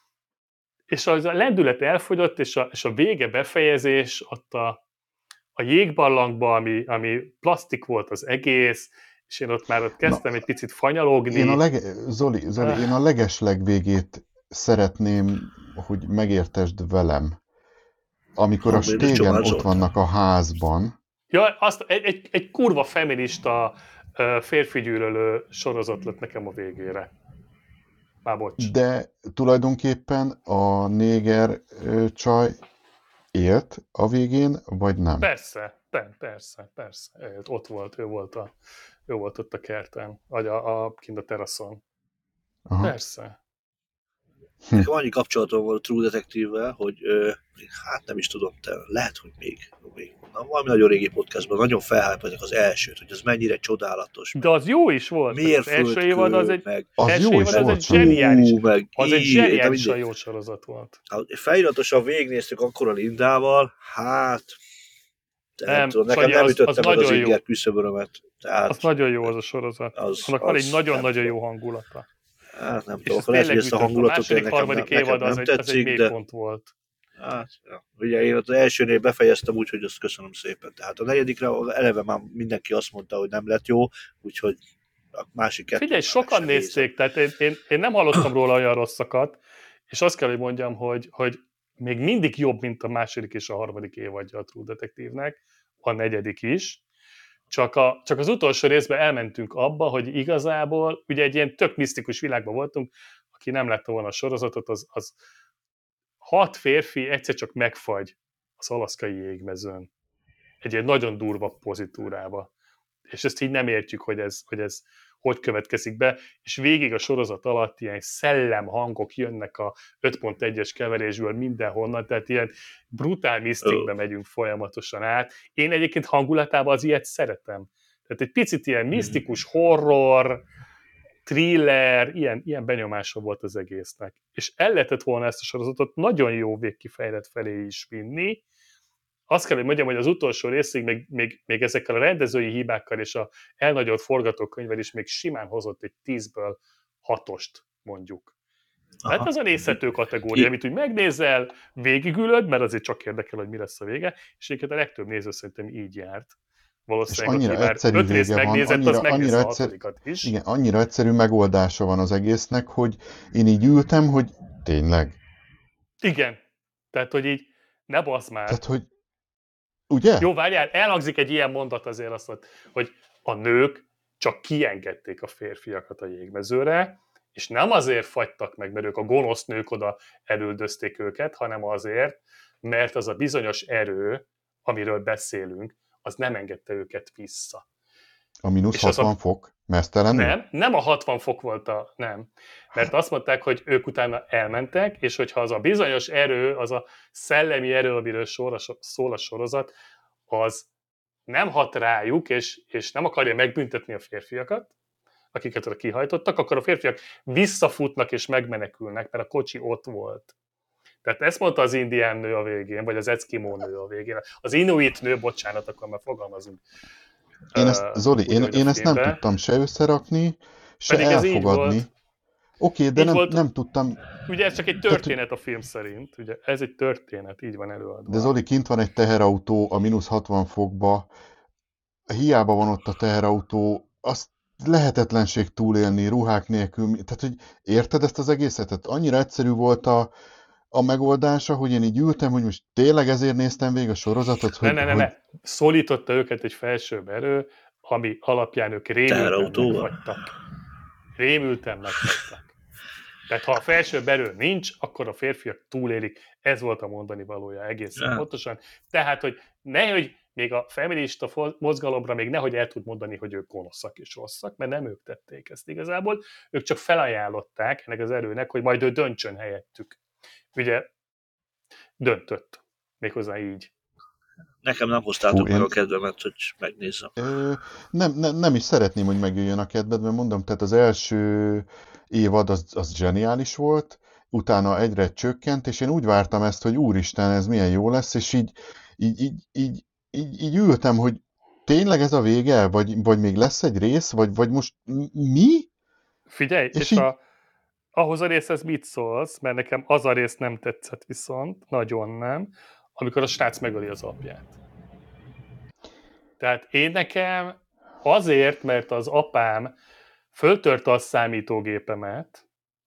És az a lendület elfogyott, és a, és a vége befejezés, ott a, a jégbarlangban, ami, ami plastik volt az egész, és én ott már ott kezdtem Na, egy picit fanyalogni. Én a lege, Zoli, Zoli, én a legesleg végét szeretném, hogy megértesd velem. Amikor a stégen ott vannak a házban. Ja, azt, egy, egy, egy kurva feminista férfigyűlölő sorozat lett nekem a végére. Már bocs. De tulajdonképpen a néger csaj élt a végén, vagy nem? Persze, persze, persze, persze. Ott volt, ő volt, a, ő volt ott a kerten, vagy a, a, kint a teraszon. Aha. Persze. Hm. Nekem annyi kapcsolatom volt a True Detective-vel, hogy ö, hát nem is tudom, te, lehet, hogy még, még na, valami nagyon régi podcastban nagyon felhájpoltak az elsőt, hogy ez mennyire csodálatos. De az jó is volt. Miért az első évad az egy, meg, az első jó évad, is az volt. Egy zseniális, Ú, meg az egy zseniálisan jó sorozat volt. Feliratosan végignéztük akkor a Lindával, hát nem, nem tudom, nekem nem az, ütöttem az, az inger küszöbörömet. Az nagyon jó az a sorozat. Az, Annak az, van egy nagyon-nagyon jó hangulata. Hát nem tudom, lehet, hogy ezt a hangulatot én nekem, nekem, nekem nem az tetszik, egy, az egy mélypont volt. Hát, ja. Ugye én az elsőnél befejeztem úgy, hogy azt köszönöm szépen. Tehát a negyedikre eleve már mindenki azt mondta, hogy nem lett jó, úgyhogy a másik kettő... Figyelj, sokan nézték, tehát én, én, én nem hallottam róla olyan rosszakat, és azt kell, hogy mondjam, hogy, hogy még mindig jobb, mint a második és a harmadik évadja a True Detective-nek, a negyedik is. Csak, a, csak az utolsó részben elmentünk abba, hogy igazából ugye egy ilyen tök misztikus világban voltunk, aki nem látta volna a sorozatot, az, az hat férfi egyszer csak megfagy az alaszkai jégmezőn. Egy ilyen nagyon durva pozitúrába. És ezt így nem értjük, hogy ez, hogy ez hogy következik be, és végig a sorozat alatt ilyen szellemhangok jönnek a öt pont egyes keverésből mindenhonnan, tehát ilyen brutál misztikbe megyünk folyamatosan át. Én egyébként hangulatában az ilyet szeretem. Tehát egy picit ilyen misztikus horror, thriller, ilyen, ilyen benyomása volt az egésznek. És el lehetett volna ezt a sorozatot nagyon jó végkifejlet felé is vinni, azt kell, hogy mondjam, hogy az utolsó részig még, még, még ezekkel a rendezői hibákkal és a elnagyolt forgatókönyvvel is még simán hozott egy tízből hatost, mondjuk. Aha. Hát az a nézhető kategória, amit úgy megnézel, végigülöd, mert azért csak érdekel, hogy mi lesz a vége, és egyébként a legtöbb néző szerintem így járt. Valószínűleg, és annyira egyszerű öt vége van, annyira, az annyira, egyszer, is. Igen, annyira egyszerű megoldása van az egésznek, hogy én így ültem, hogy tényleg. Igen. Tehát, hogy így ne bassz már. Tehát, hogy ugye? Jó, várjál, elhangzik egy ilyen mondat azért azt, hogy a nők csak kiengedték a férfiakat a jégmezőre, és nem azért fagytak meg, mert ők a gonosz nők oda elüldözték őket, hanem azért, mert az a bizonyos erő, amiről beszélünk, az nem engedte őket vissza. A mínusz hatvan a... fok? Mesztelenül? Nem, nem a hatvan fok volt a... Nem. Mert azt mondták, hogy ők utána elmentek, és hogyha az a bizonyos erő, az a szellemi erő, amiről szól a sorozat, az nem hat rájuk, és, és nem akarja megbüntetni a férfiakat, akiket oda kihajtottak, akkor a férfiak visszafutnak és megmenekülnek, mert a kocsi ott volt. Tehát ezt mondta az indián nő a végén, vagy az eszkimó nő a végén. Az inuit nő, bocsánat, akkor már fogalmazunk. Én ezt, Zoli, uh, én, én ezt nem tudtam se összerakni, se pedig elfogadni. Oké, okay, de nem, volt, nem tudtam... Ugye ez csak egy történet a film szerint. Ugye ez egy történet, így van előadva. De Zoli, kint van egy teherautó a mínusz hatvan fokba, hiába van ott a teherautó, azt lehetetlenség túlélni ruhák nélkül. Tehát, hogy érted ezt az egészet? Tehát annyira egyszerű volt a, a megoldása, hogy én így ültem, hogy most tényleg ezért néztem végig a sorozatot, hogy... Ne, ne, ne, ne. Szólította őket egy felsőbb erő, ami alapján ők rémülten megfagytak. Rémülten megfagytak. Tehát ha a felsőbb erő nincs, akkor a férfiak túlélik. Ez volt a mondani valója egészen ja. pontosan. Tehát, hogy nehogy még a feminista mozgalomra még nehogy el tud mondani, hogy ők gonoszak és rosszak, mert nem ők tették ezt igazából. Ők csak felajánlották ennek az erőnek, hogy majd ő döntsön helyettük. Ugye döntött. Méghozzá így. Nekem nem hoztátok Fú, meg én... a kedvemet, hogy megnézzem. Ö, nem, nem, nem is szeretném, hogy megjöjjön a kedved, mert mondom, tehát az első évad az, az zseniális volt, utána egyre csökkent, és én úgy vártam ezt, hogy úristen, ez milyen jó lesz, és így, így, így, így, így, így ültem, hogy tényleg ez a vége, vagy, vagy még lesz egy rész, vagy, vagy most mi? Figyelj, és, és így... a, ahhoz a részhez mit szólsz, mert nekem az a rész nem tetszett viszont, nagyon nem, amikor a srác megöli az apját. Tehát én nekem azért, mert az apám föltörte a számítógépemet,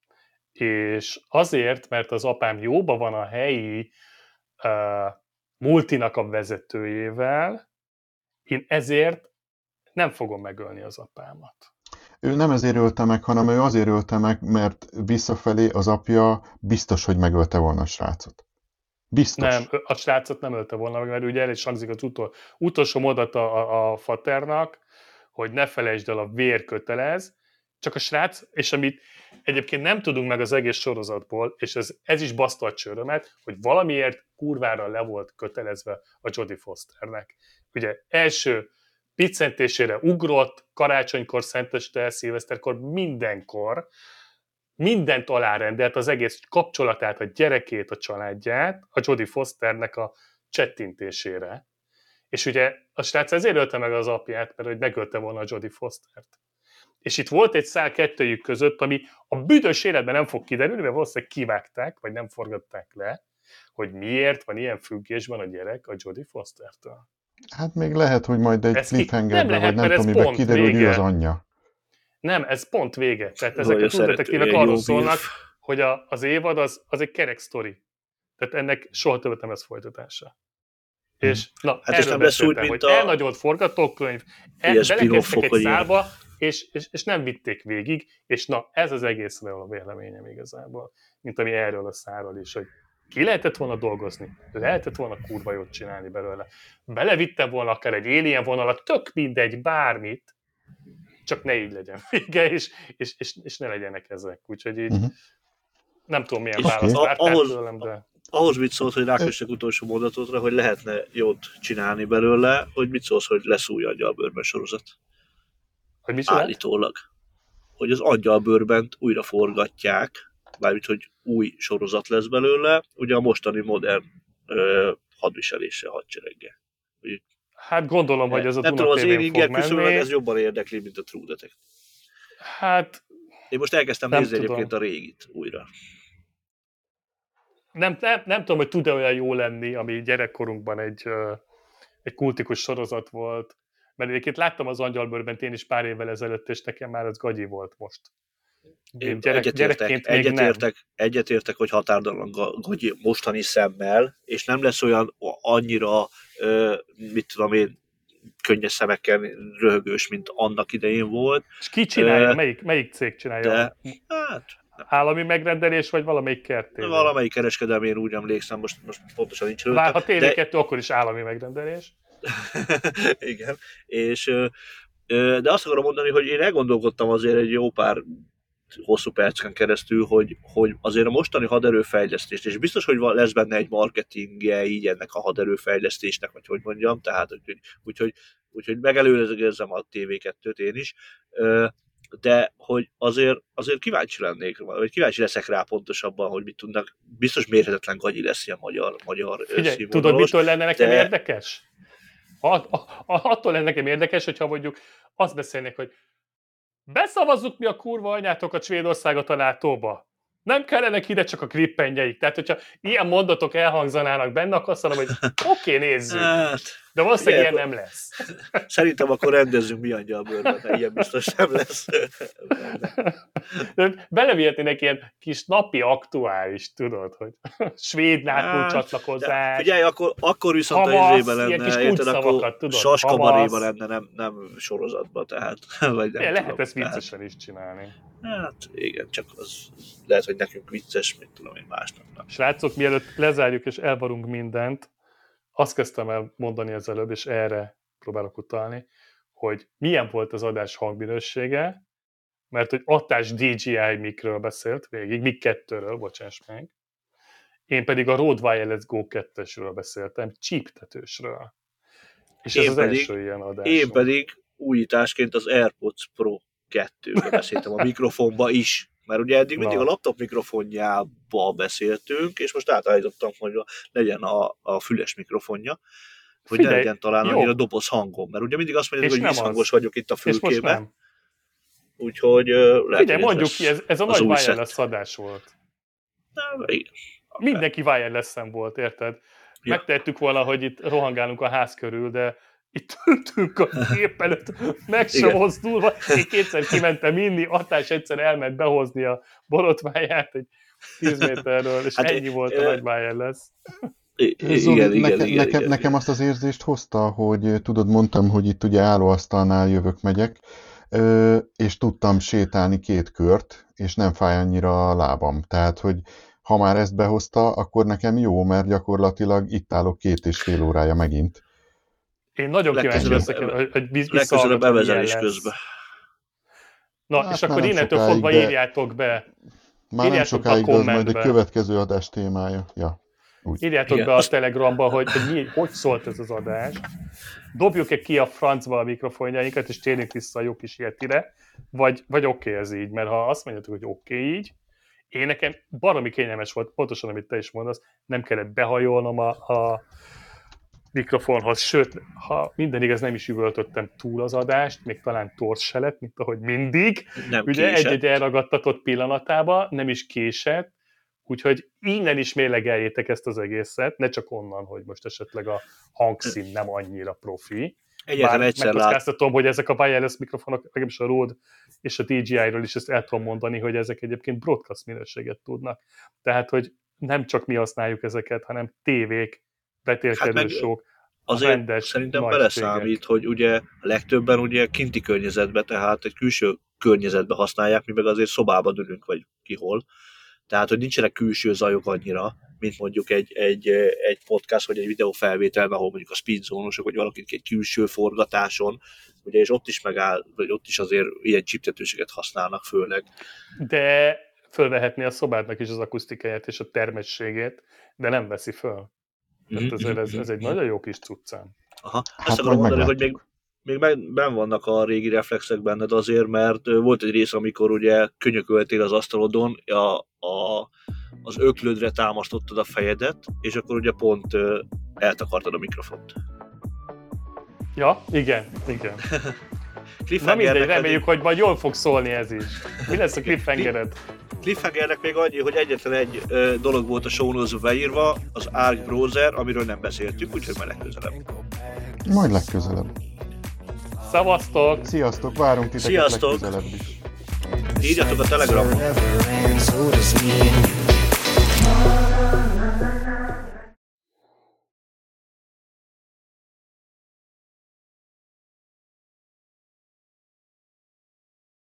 és azért, mert az apám jóba van a helyi uh, multinak a vezetőjével, én ezért nem fogom megölni az apámat. Ő nem ezért ölte meg, hanem ő azért ölte meg, mert visszafelé az apja biztos, hogy megölte volna a srácot. Biztos. Nem, a srácot nem ölte volna meg, mert ugye el is hangzik az utol, utolsó mondat a, a, a faternak, hogy ne felejtsd el, a vér kötelez, csak a srác, és amit egyébként nem tudunk meg az egész sorozatból, és ez, ez is baszta a csőrömet, hogy valamiért kurvára le volt kötelezve a Jodie Fosternek. Ugye első piccentésére ugrott, karácsonykor, szenteste, szilveszterkor, mindenkor, mindent alárendelt, az egész kapcsolatát, a gyerekét, a családját, a Jodie Fosternek a csettintésére. És ugye a srác ezért ölte meg az apját, mert hogy megölte volna a Jodie Fostert. És itt volt egy szál kettőjük között, ami a büdös életben nem fog kiderülni, mert valószínűleg kivágták, vagy nem forgatták le, hogy miért van ilyen függésben a gyerek a Jodie Fostertől. Hát még lehet, hogy majd egy cliffhangerben, vagy nem tudom, miben kiderül, hogy ő az anyja. Nem, ez pont vége. Tehát ezek a True Detective-nek arról szólnak, hogy a, az évad az, az egy kerek sztori. Tehát ennek soha többet nem lesz folytatása. Hmm. És na, hát erről beszéltem, hogy a... elnagyolt forgatókönyv, el, belekezdtek egy szálba, és, és, és nem vitték végig, és na, ez az egészről a véleményem igazából, mint ami erről a szálról is, hogy ki lehetett volna dolgozni, lehetett volna kurva jót csinálni belőle. Belevittem volna akár egy alien vonalat, tök mindegy, bármit, csak ne így legyen vége, és, és, és, és ne legyenek ezek. Úgyhogy így uh-huh. nem tudom, milyen választ vártál tőlem, de... Ahhoz mit szólsz, hogy rákössek utolsó mondatotra, hogy lehetne jót csinálni belőle, hogy mit szólsz, hogy lesz új Angyalbőrben sorozat? Hogy mit állítólag. Hogy az Angyalbőrbent újra forgatják, bármint, hogy új sorozat lesz belőle. Ugye a mostani modern ö, hadviseléssel, hadsereggel. Úgy, Hát gondolom, hogy ez a nem Duna tudom, az én té vén fog inger küszöbömet menni. ez jobban érdekli, mint a True Detective. Hát Én most elkezdtem nem nézni tudom. egyébként a régit újra. Nem, nem, nem tudom, hogy tud-e olyan jó lenni, ami gyerekkorunkban egy, ö, egy kultikus sorozat volt. Mert egyébként láttam az Angyalbőrben én is pár évvel ezelőtt, és nekem már az gagyi volt most. Én gyerek, Egyetértek, gyerekként még nem. egyetértek, egyetértek, hogy határtalan gagyi mostani szemmel, és nem lesz olyan annyira, ö, mit tudom én, könnyes szemekkel röhögős, mint annak idején volt. És ki csinálja? Ö, Melyik, melyik cég csinálja? De, hát, Állami megrendelés, vagy valamelyik kertévé? valamelyik kereskedelmi, én úgy emlékszem, most, most pontosan nincs Bár ha té vé kettő, de... akkor is állami megrendelés. Igen, és de azt akarom mondani, hogy én elgondolkodtam azért egy jó pár hosszú percen keresztül, hogy, hogy azért a mostani haderőfejlesztést, és biztos, hogy lesz benne egy marketingje így ennek a haderőfejlesztésnek, vagy hogy mondjam, tehát úgyhogy, úgyhogy, úgyhogy megelőlegezem a té vé kettőt én is, de hogy azért, azért kíváncsi lennék, vagy kíváncsi leszek rá pontosabban, hogy mit tudnak, biztos mérhetetlen gagyi lesz ilyen magyar, magyar Figyelj, tudod, mitől lenne nekem de... érdekes? At, attól lenne nekem érdekes, hogyha mondjuk azt beszélnek, hogy beszavazzuk mi a kurva anyátokat Svédországot a nátóba. Nem kellenek ide csak a klippenjeik. Tehát, hogyha ilyen mondatok elhangzanának benne, akkor azt mondom, hogy oké, okay, nézzük. Hát, de valószínűleg ilyen nem lesz. Szerintem akkor rendezzünk mi Angyalbőrben, mert ilyen biztos nem lesz. Belevihetnének ilyen kis napi aktuális, tudod, hogy svéd nátó csatlakozás. Figyelj, akkor, akkor viszont Havasz, a izében lenne, érted, akkor saskabaréban lenne, nem, nem sorozatban, tehát. Vagy nem ja, lehet tudom, ezt viccesen tehát... is csinálni. Hát igen, csak az lehet, hogy nekünk vicces, mint tudom én másnak. Nem. Srácok, mielőtt lezárjuk és elvarunk mindent, azt kezdtem el mondani az előbb, és erre próbálok utalni, hogy milyen volt az adás hangminősége, mert hogy Attás dé jé i mikről beszélt végig, mig kettőről, bocsáss meg, én pedig a Rode Wireless Go kettősről beszéltem, csíptetősről. És én ez az pedig, első ilyen adás. Én pedig újításként az AirPods Pro kettőről beszéltem a mikrofonba is. Mert ugye eddig mindig Na. a laptop mikrofonjába beszéltünk, és most átállítottam, hogy legyen a, a füles mikrofonja, hogy Figyelj, ne legyen talán annyira doboz hangom. Mert ugye mindig azt mondjuk, hogy visszhangos az. vagyok itt a fülkében. Úgyhogy lehet, Figyelj, mondjuk ki, ez, ez a nagy wireless adás volt. Na, igen. Mindenki wireless-en volt, érted? Ja. Megtettük volna, hogy itt rohangálunk a ház körül, de itt ültünk a gép előtt, meg sem mozdulva. Én kétszer kimentem inni, Attás egyszer elment behozni a borotváját egy tíz méterről, és hát ennyi volt a nagy wireless. Igen, Zoli, igen, neke, igen, nekem, igen, nekem azt az érzést hozta, hogy tudod, mondtam, hogy itt ugye állóasztalnál jövök, megyek, és tudtam sétálni két kört, és nem fáj annyira a lábam. Tehát, hogy ha már ezt behozta, akkor nekem jó, mert gyakorlatilag itt állok két és fél órája megint. Én nagyon kíváncsi leszek, hogy legközelebb bevezelés közben. Na, hát és akkor innentől fogva de... írjátok be. Már nem sokáig, de az majd egy következő adás témája. Ja, úgy. Írjátok Igen. be a Telegramba, hogy, hogy mi, hogy szólt ez az adás. Dobjuk-e ki a francba a mikrofonjainkat, és térjünk vissza a jó kis Yetire, vagy, vagy oké okay ez így, mert ha azt mondjátok, hogy oké okay így, én nekem baromi kényelmes volt, pontosan amit te is mondasz, nem kellett behajolnom a, a mikrofonhoz, sőt, ha minden igaz, nem is üvöltöttem túl az adást, még talán torz se lett, mint ahogy mindig. Nem ugye késett. egy-egy elragadtatott pillanatában, nem is késett, úgyhogy innen is mérlegeljétek ezt az egészet, ne csak onnan, hogy most esetleg a hangszín nem annyira profi. Egyetlen egyszer megkockáztatom, hogy ezek a wireless mikrofonok, legalábbis a Rode és a dé jé i-ről is ezt el tudom mondani, hogy ezek egyébként broadcast minőséget tudnak. Tehát, hogy nem csak mi használjuk ezeket, hanem tévék, vetélkedősók, hát azért rendes, szerintem beleszámít, hogy ugye legtöbben ugye kinti környezetben, tehát egy külső környezetben használják, mi meg azért szobában ülünk, vagy kihol. Tehát, hogy nincsenek külső zajok annyira, mint mondjuk egy, egy, egy podcast, vagy egy videófelvétel, ahol mondjuk a speedzónosok, vagy valakik egy külső forgatáson, ugye, és ott is megáll, vagy ott is azért ilyen csíptetőséget használnak főleg. De fölvehetné a szobádnak is az akusztikáját és a termességét, de nem veszi föl. Tehát azért ez, ez egy nagyon jó kis cuccám. Aha, ezt hát akarom mondani, hogy még, még benn vannak a régi reflexek benned azért, mert volt egy rész, amikor ugye könyököltél az asztalodon, a, a, az öklődre támasztottad a fejedet, és akkor ugye pont eltakartad a mikrofont. Ja, igen, igen. Na mindegy, reméljük, hogy majd jól fog szólni ez is. Mi lesz a cliffhangered? Cliffhangernek még annyi, hogy egyetlen egy ö, dolog volt a show notes-ba beírva, az Arc Browser, amiről nem beszéltünk, úgyhogy már legközelebb. Majd legközelebb. Szavaztok! Sziasztok, várunk titeket Sziasztok. legközelebb is. Írjatok a Telegramon.